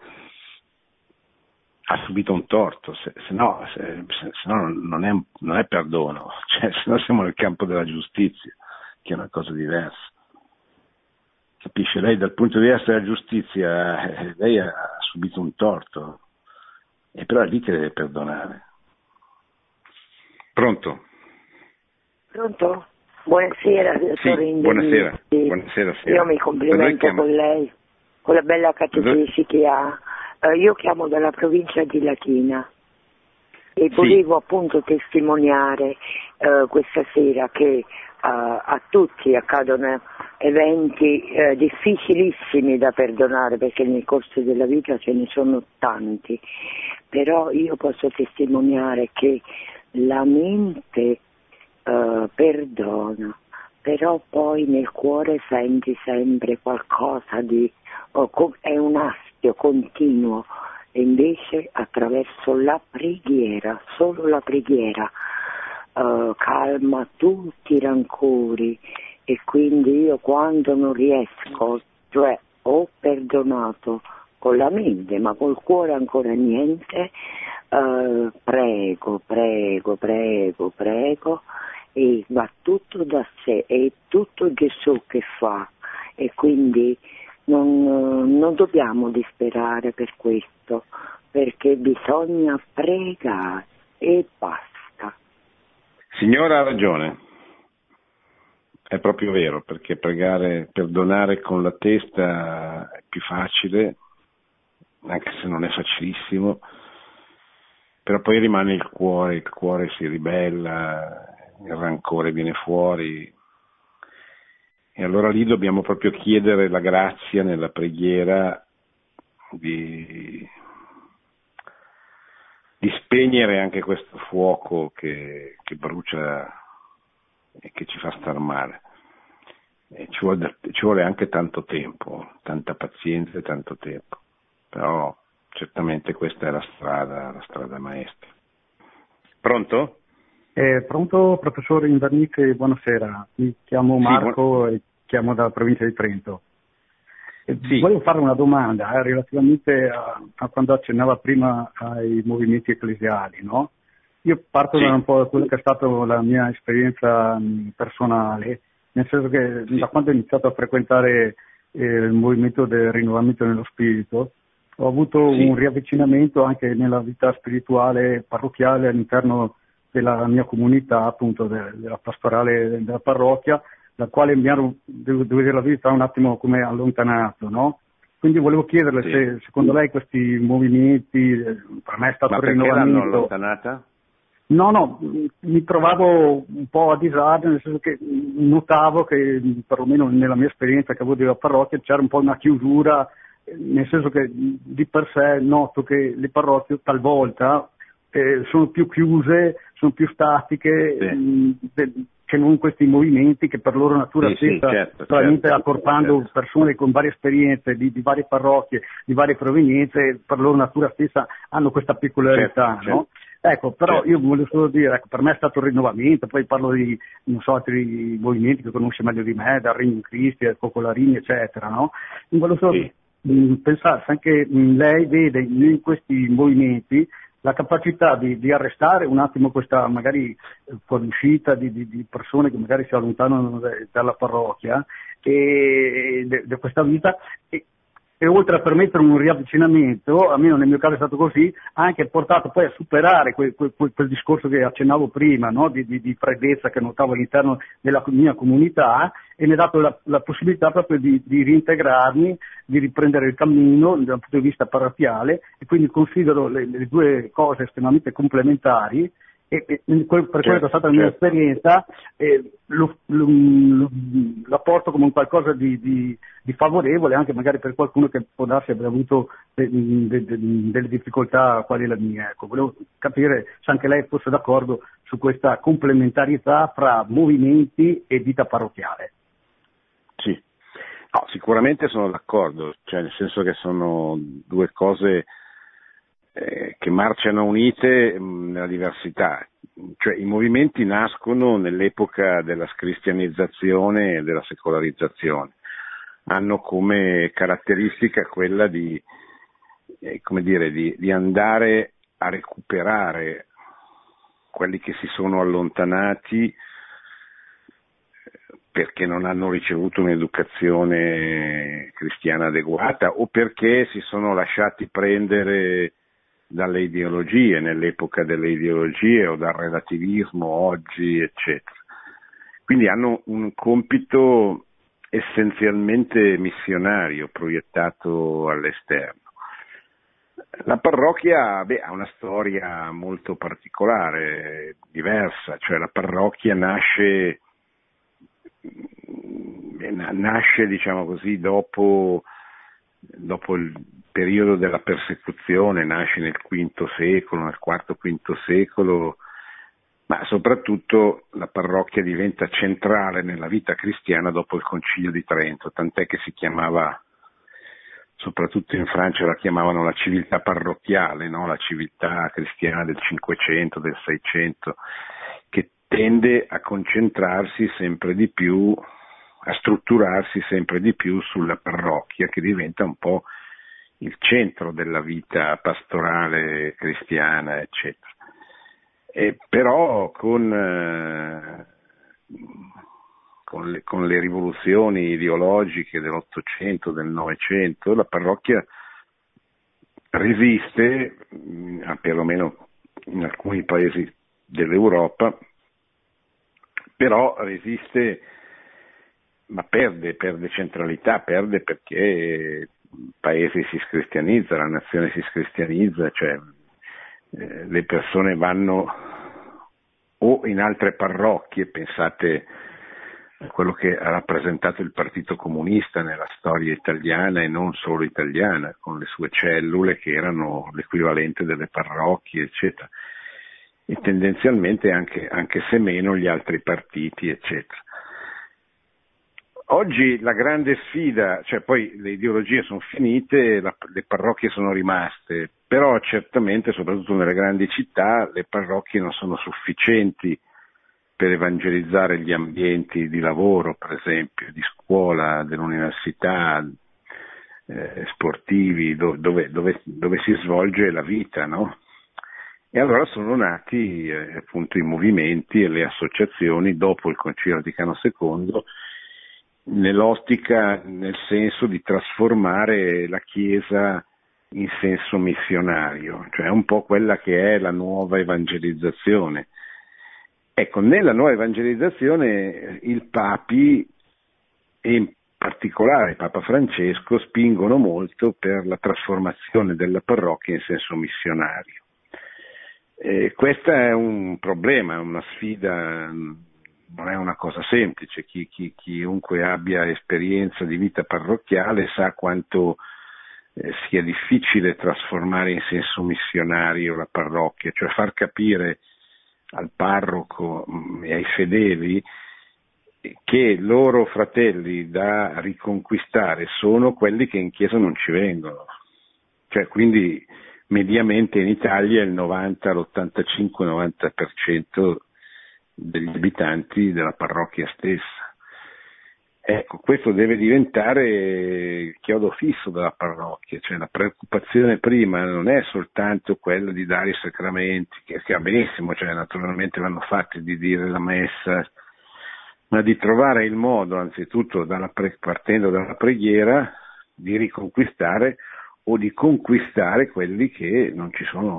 ha subito un torto, se no non è perdono, cioè, se no siamo nel campo della giustizia, che è una cosa diversa. Capisce? Lei dal punto di vista della giustizia, lei ha subito un torto, e però è lì che deve perdonare. Pronto? Pronto? Buonasera, dottor Sì, buonasera. Buonasera, io mi complimento con lei, con la bella catechesi che ha. Io chiamo dalla provincia di Latina e volevo appunto testimoniare questa sera che a tutti accadono eventi difficilissimi da perdonare, perché nel corso della vita ce ne sono tanti, però io posso testimoniare che la mente perdona, però poi nel cuore senti sempre qualcosa di è un astio continuo, e invece attraverso la preghiera, solo la preghiera, calma tutti i rancori, e quindi io quando non riesco, cioè ho perdonato con la mente ma col cuore ancora niente, prego, e va tutto da sé, è tutto Gesù che fa, e quindi non dobbiamo disperare per questo, perché bisogna pregare e basta. Signora ha ragione, è proprio vero, perché perdonare con la testa è più facile, anche se non è facilissimo, però poi rimane il cuore si ribella, il rancore viene fuori, e allora lì dobbiamo proprio chiedere la grazia nella preghiera di spegnere anche questo fuoco che brucia e che ci fa star male. E ci vuole anche tanto tempo, tanta pazienza e tanto tempo, però certamente questa è la strada maestra. Pronto? Pronto, professore Invernizzi, buonasera. Mi chiamo Marco e chiamo dalla provincia di Trento. Sì. Volevo fare una domanda relativamente a quando accennava prima ai movimenti ecclesiali, no? Io parto da un po' da quello che è stata la mia esperienza personale, nel senso che da quando ho iniziato a frequentare il movimento del rinnovamento nello spirito, ho avuto un riavvicinamento anche nella vita spirituale parrocchiale all'interno della mia comunità, appunto della pastorale della parrocchia, la quale mi ero, devo dire la verità, un attimo come allontanato, no? Quindi volevo chiederle se secondo lei questi movimenti, per me è stato un rinnovamento. Ma perché l'hanno allontanata? No, mi trovavo un po' a disagio, nel senso che notavo che, perlomeno nella mia esperienza che avevo della parrocchia, c'era un po' una chiusura, nel senso che di per sé noto che le parrocchie talvolta sono più chiuse, sono più statiche, che non questi movimenti che per loro natura stessa, probabilmente accorpando persone con varie esperienze di varie parrocchie, di varie provenienze, per loro natura stessa hanno questa peculiarità, no? Ecco, però io volevo solo dire, ecco, per me è stato un rinnovamento, poi parlo di, non so, altri movimenti che conosce meglio di me, dal Regno Cristi, al Cocolarini, eccetera, no? Io volevo solo pensare se anche lei vede in questi movimenti la capacità di arrestare un attimo questa magari fuoriuscita di persone che magari si allontanano dalla parrocchia e di questa vita e oltre a permettere un riavvicinamento, almeno nel mio caso è stato così, ha anche portato poi a superare quel discorso che accennavo prima, no? di freddezza che notavo all'interno della mia comunità, e mi ha dato la possibilità proprio di reintegrarmi, di riprendere il cammino dal punto di vista parrocchiale, e quindi considero le due cose estremamente complementari. E per quella che è stata la mia esperienza, la porto come un qualcosa di favorevole anche magari per qualcuno che può darsi abbia avuto delle difficoltà quali la mia. Ecco, volevo capire se anche lei fosse d'accordo su questa complementarietà fra movimenti e vita parrocchiale. Sì, no, sicuramente sono d'accordo, cioè nel senso che sono due cose che marciano unite nella diversità, cioè i movimenti nascono nell'epoca della scristianizzazione e della secolarizzazione, hanno come caratteristica quella di andare a recuperare quelli che si sono allontanati perché non hanno ricevuto un'educazione cristiana adeguata o perché si sono lasciati prendere dalle ideologie, nell'epoca delle ideologie o dal relativismo oggi, eccetera. Quindi hanno un compito essenzialmente missionario proiettato all'esterno. La parrocchia ha una storia molto particolare, diversa, cioè la parrocchia nasce diciamo così dopo il periodo della persecuzione, nasce nel V secolo, nel IV-V secolo, ma soprattutto la parrocchia diventa centrale nella vita cristiana dopo il Concilio di Trento, tant'è che si chiamava soprattutto in Francia la chiamavano la civiltà parrocchiale, no? La civiltà cristiana del 500, del 600, che tende a concentrarsi sempre di più, a strutturarsi sempre di più sulla parrocchia, che diventa un po' il centro della vita pastorale cristiana, eccetera. Però con le rivoluzioni ideologiche dell'Ottocento, del Novecento, la parrocchia resiste, perlomeno in alcuni paesi dell'Europa, però resiste, ma perde centralità, perde perché il paese si scristianizza, la nazione si scristianizza, cioè le persone vanno o in altre parrocchie, pensate a quello che ha rappresentato il Partito Comunista nella storia italiana e non solo italiana, con le sue cellule che erano l'equivalente delle parrocchie, eccetera, e tendenzialmente anche se meno gli altri partiti, eccetera. Oggi la grande sfida, cioè poi le ideologie sono finite, le parrocchie sono rimaste, però certamente, soprattutto nelle grandi città, le parrocchie non sono sufficienti per evangelizzare gli ambienti di lavoro, per esempio, di scuola, dell'università, sportivi, dove si svolge la vita, no? E allora sono nati appunto i movimenti e le associazioni dopo il Concilio Vaticano II, nell'ottica, nel senso di trasformare la Chiesa in senso missionario, cioè un po' quella che è la nuova evangelizzazione. Ecco, nella nuova evangelizzazione i papi, e in particolare Papa Francesco, spingono molto per la trasformazione della parrocchia in senso missionario. Questo è un problema, è una sfida, non è una cosa semplice. Chiunque abbia esperienza di vita parrocchiale sa quanto sia difficile trasformare in senso missionario la parrocchia, cioè far capire al parroco e ai fedeli che i loro fratelli da riconquistare sono quelli che in chiesa non ci vengono, cioè quindi mediamente in Italia il 90, l'85-90% degli abitanti della parrocchia stessa. Ecco, questo deve diventare il chiodo fisso della parrocchia, cioè la preoccupazione prima non è soltanto quella di dare i sacramenti, che va benissimo, cioè naturalmente vanno fatti, di dire la messa, ma di trovare il modo, anzitutto partendo dalla preghiera, di riconquistare o di conquistare quelli che non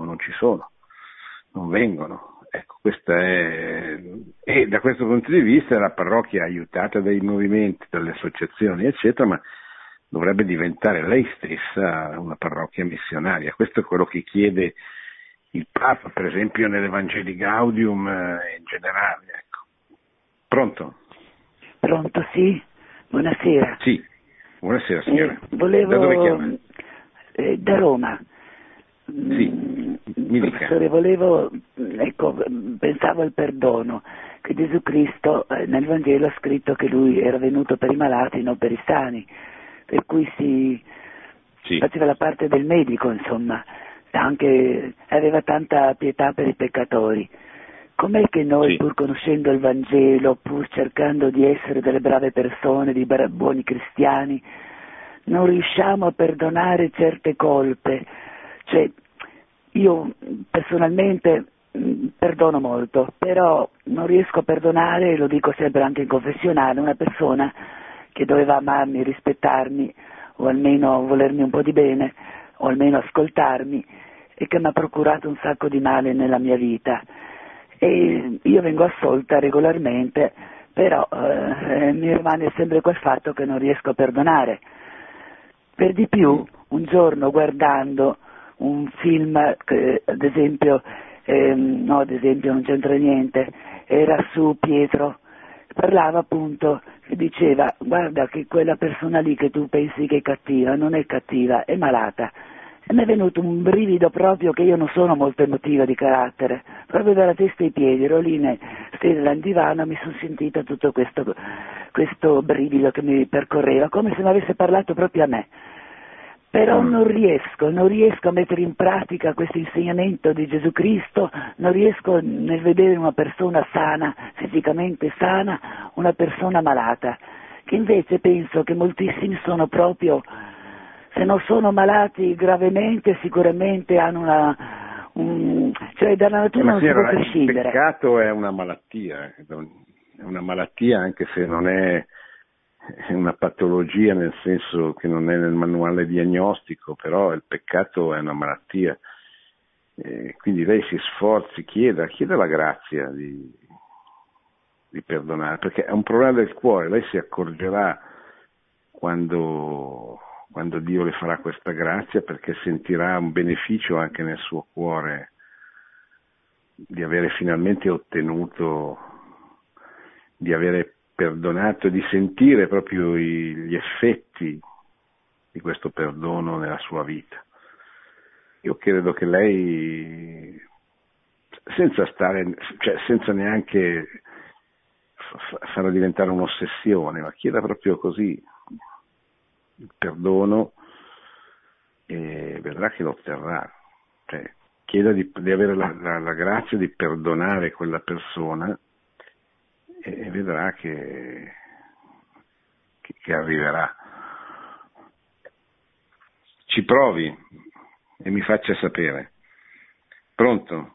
vengono. Ecco, e da questo punto di vista la parrocchia è aiutata dai movimenti, dalle associazioni, eccetera, ma dovrebbe diventare lei stessa una parrocchia missionaria. Questo è quello che chiede il Papa, per esempio, nell'Evangelii Gaudium in generale. Ecco. Pronto? Pronto, sì. Buonasera. Sì, buonasera signora. Volevo... Da dove chiama? Da Roma. Sì, mi dica. Professore, pensavo al perdono, che Gesù Cristo nel Vangelo ha scritto che lui era venuto per i malati, non per i sani, per cui si faceva la parte del medico, insomma, anche aveva tanta pietà per i peccatori. Com'è che noi, pur conoscendo il Vangelo, pur cercando di essere delle brave persone, di buoni cristiani, non riusciamo a perdonare certe colpe? Cioè, io personalmente perdono molto, però non riesco a perdonare, lo dico sempre anche in confessionale, una persona che doveva amarmi, rispettarmi, o almeno volermi un po' di bene, o almeno ascoltarmi, e che mi ha procurato un sacco di male nella mia vita. E io vengo assolta regolarmente, però mi rimane sempre quel fatto che non riesco a perdonare. Per di più, un giorno guardando un film che ad esempio non c'entra niente, era su Pietro, parlava appunto, diceva: guarda che quella persona lì che tu pensi che è cattiva, non è cattiva, è malata. E mi è venuto un brivido proprio, che io non sono molto emotiva di carattere, proprio dalla testa ai piedi, ero lì stesa al divano, mi sono sentita tutto questo brivido che mi percorreva, come se mi avesse parlato proprio a me. Però non riesco a mettere in pratica questo insegnamento di Gesù Cristo, non riesco nel vedere una persona sana, fisicamente sana, una persona malata, che invece penso che moltissimi sono proprio, se non sono malati gravemente, sicuramente hanno cioè dalla natura non si può prescindere. Il peccato è una malattia anche se non è una patologia, nel senso che non è nel manuale diagnostico, però il peccato è una malattia, quindi lei si sforzi, chieda la grazia di perdonare, perché è un problema del cuore. Lei si accorgerà quando Dio le farà questa grazia, perché sentirà un beneficio anche nel suo cuore di avere finalmente ottenuto, di avere perdonato, di sentire proprio gli effetti di questo perdono nella sua vita. Io credo che lei, senza neanche farla diventare un'ossessione, ma chieda proprio così il perdono e vedrà che lo otterrà. Cioè, chieda di avere la grazia di perdonare quella persona e vedrà che arriverà. Ci provi e mi faccia sapere. Pronto?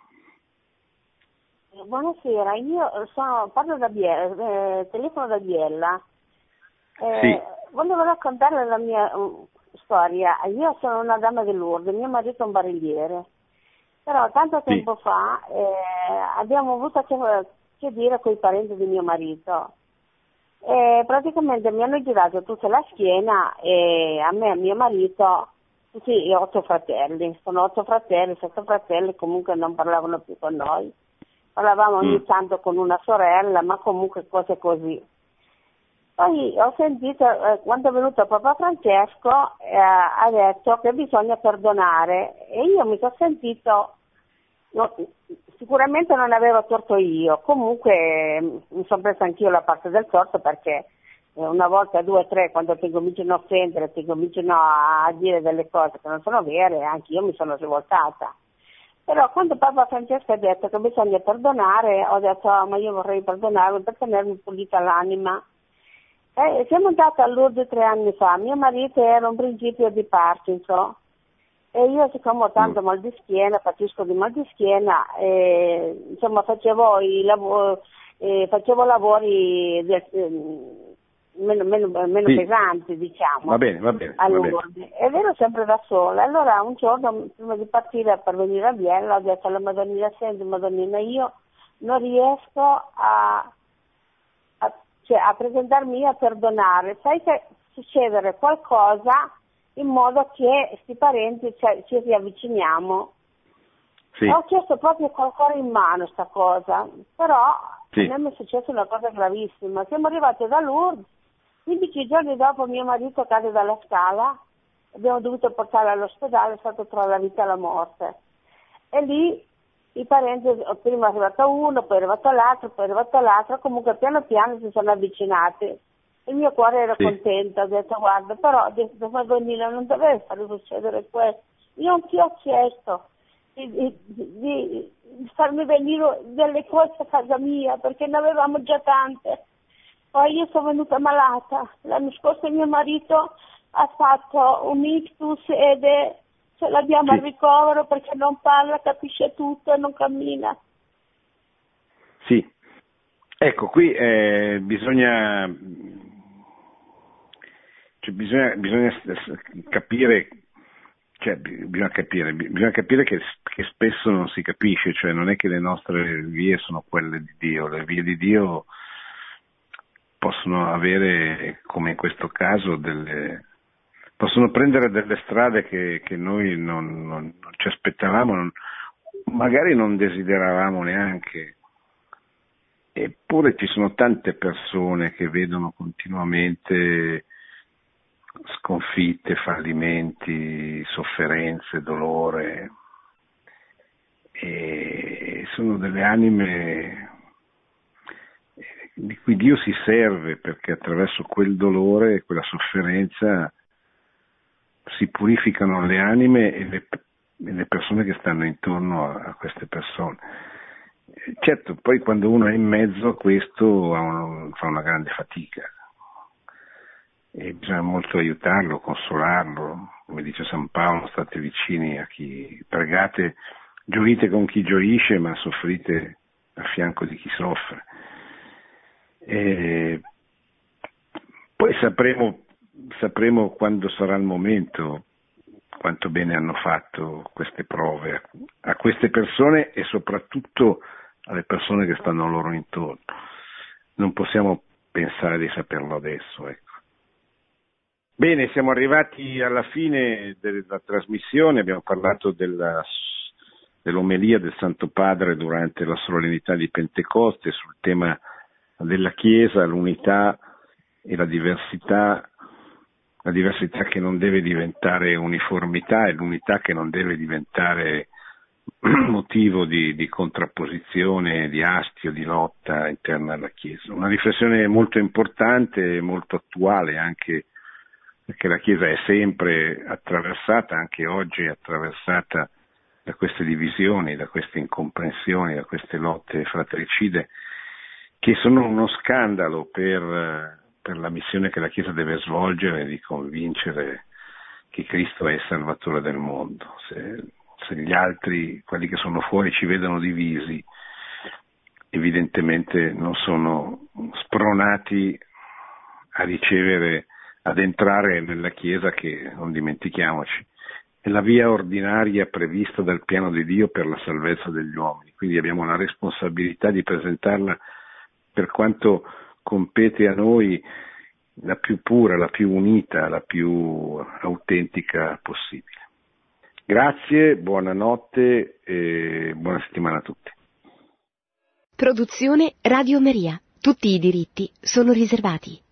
Buonasera, io parlo da Biella, telefono da Biella. Sì. Volevo raccontare la mia storia. Io sono una dama di Lourdes, mio marito è un barelliere, però tanto tempo fa abbiamo avuto a che dire con i parenti di mio marito. Praticamente mi hanno girato tutta la schiena e a me e a mio marito, tutti 8 fratelli, sono 8 fratelli, 7 fratelli, comunque non parlavano più con noi. Parlavamo ogni tanto con una sorella, ma comunque cose così. Poi ho sentito, quando è venuto Papa Francesco, ha detto che bisogna perdonare e io mi sono sentito, sicuramente non avevo torto io, comunque mi sono presa anch'io la parte del torto, perché una volta, 2, 3, quando ti cominciano a offendere, ti cominciano a dire delle cose che non sono vere, anch'io mi sono rivoltata. Però quando Papa Francesco ha detto che bisogna perdonare, ho detto ma io vorrei perdonare per tenermi pulita l'anima. Siamo andati a Lourdes 3 anni fa, mio marito era un principio di Parkinson e io, siccome ho tanto mal di schiena, patisco di mal di schiena, insomma facevo lavori meno pesanti, diciamo. Va bene. Ed ero sempre da sola. Allora un giorno, prima di partire per venire a Biella, ho detto alla Madonnina: senti Madonnina, io non riesco a presentarmi a perdonare, sai che succedere qualcosa in modo che questi parenti ci riavviciniamo. Sì. Ho chiesto proprio col cuore in mano sta cosa, però a me mi è successa una cosa gravissima. Siamo arrivati da Lourdes, 15 giorni dopo mio marito cade dalla scala, abbiamo dovuto portarlo all'ospedale, è stato tra la vita e la morte. E lì i parenti, prima è arrivato uno, poi è arrivato l'altro, comunque piano piano si sono avvicinati. Il mio cuore era contento, ho detto guarda, però Madonnina non deve fare succedere questo. Io anch'io ho chiesto di farmi venire delle cose a casa mia, perché ne avevamo già tante. Poi io sono venuta malata, l'anno scorso mio marito ha fatto un ictus ed ce l'abbiamo al ricovero perché non parla, capisce tutto e non cammina. Sì, ecco, qui bisogna capire, bisogna capire che spesso non si capisce, cioè non è che le nostre vie sono quelle di Dio, le vie di Dio possono avere, come in questo caso, possono prendere delle strade che noi non ci aspettavamo, magari non desideravamo neanche. Eppure ci sono tante persone che vedono continuamente sconfitte, fallimenti, sofferenze, dolore, e sono delle anime di cui Dio si serve, perché attraverso quel dolore e quella sofferenza si purificano le anime e le persone che stanno intorno a queste persone. Certo, poi quando uno è in mezzo a questo fa una grande fatica e bisogna molto aiutarlo, consolarlo, come dice San Paolo, state vicini a chi pregate, gioite con chi gioisce, ma soffrite a fianco di chi soffre. E poi sapremo quando sarà il momento quanto bene hanno fatto queste prove a queste persone e soprattutto alle persone che stanno loro intorno. Non possiamo pensare di saperlo adesso, ecco. Bene, siamo arrivati alla fine della trasmissione, abbiamo parlato dell'omelia del Santo Padre durante la solennità di Pentecoste sul tema della Chiesa, l'unità e la diversità che non deve diventare uniformità e l'unità che non deve diventare motivo di contrapposizione, di astio, di lotta interna alla Chiesa. Una riflessione molto importante e molto attuale, anche perché la Chiesa è sempre attraversata, anche oggi attraversata da queste divisioni, da queste incomprensioni, da queste lotte fratricide che sono uno scandalo per la missione che la Chiesa deve svolgere di convincere che Cristo è il Salvatore del mondo. Se gli altri, quelli che sono fuori, ci vedono divisi, evidentemente non sono spronati a ricevere, ad entrare nella Chiesa che, non dimentichiamoci, è la via ordinaria prevista dal piano di Dio per la salvezza degli uomini. Quindi abbiamo la responsabilità di presentarla, per quanto compete a noi, la più pura, la più unita, la più autentica possibile. Grazie, buonanotte e buona settimana a tutti. Produzione Radio Maria. Tutti i diritti sono riservati.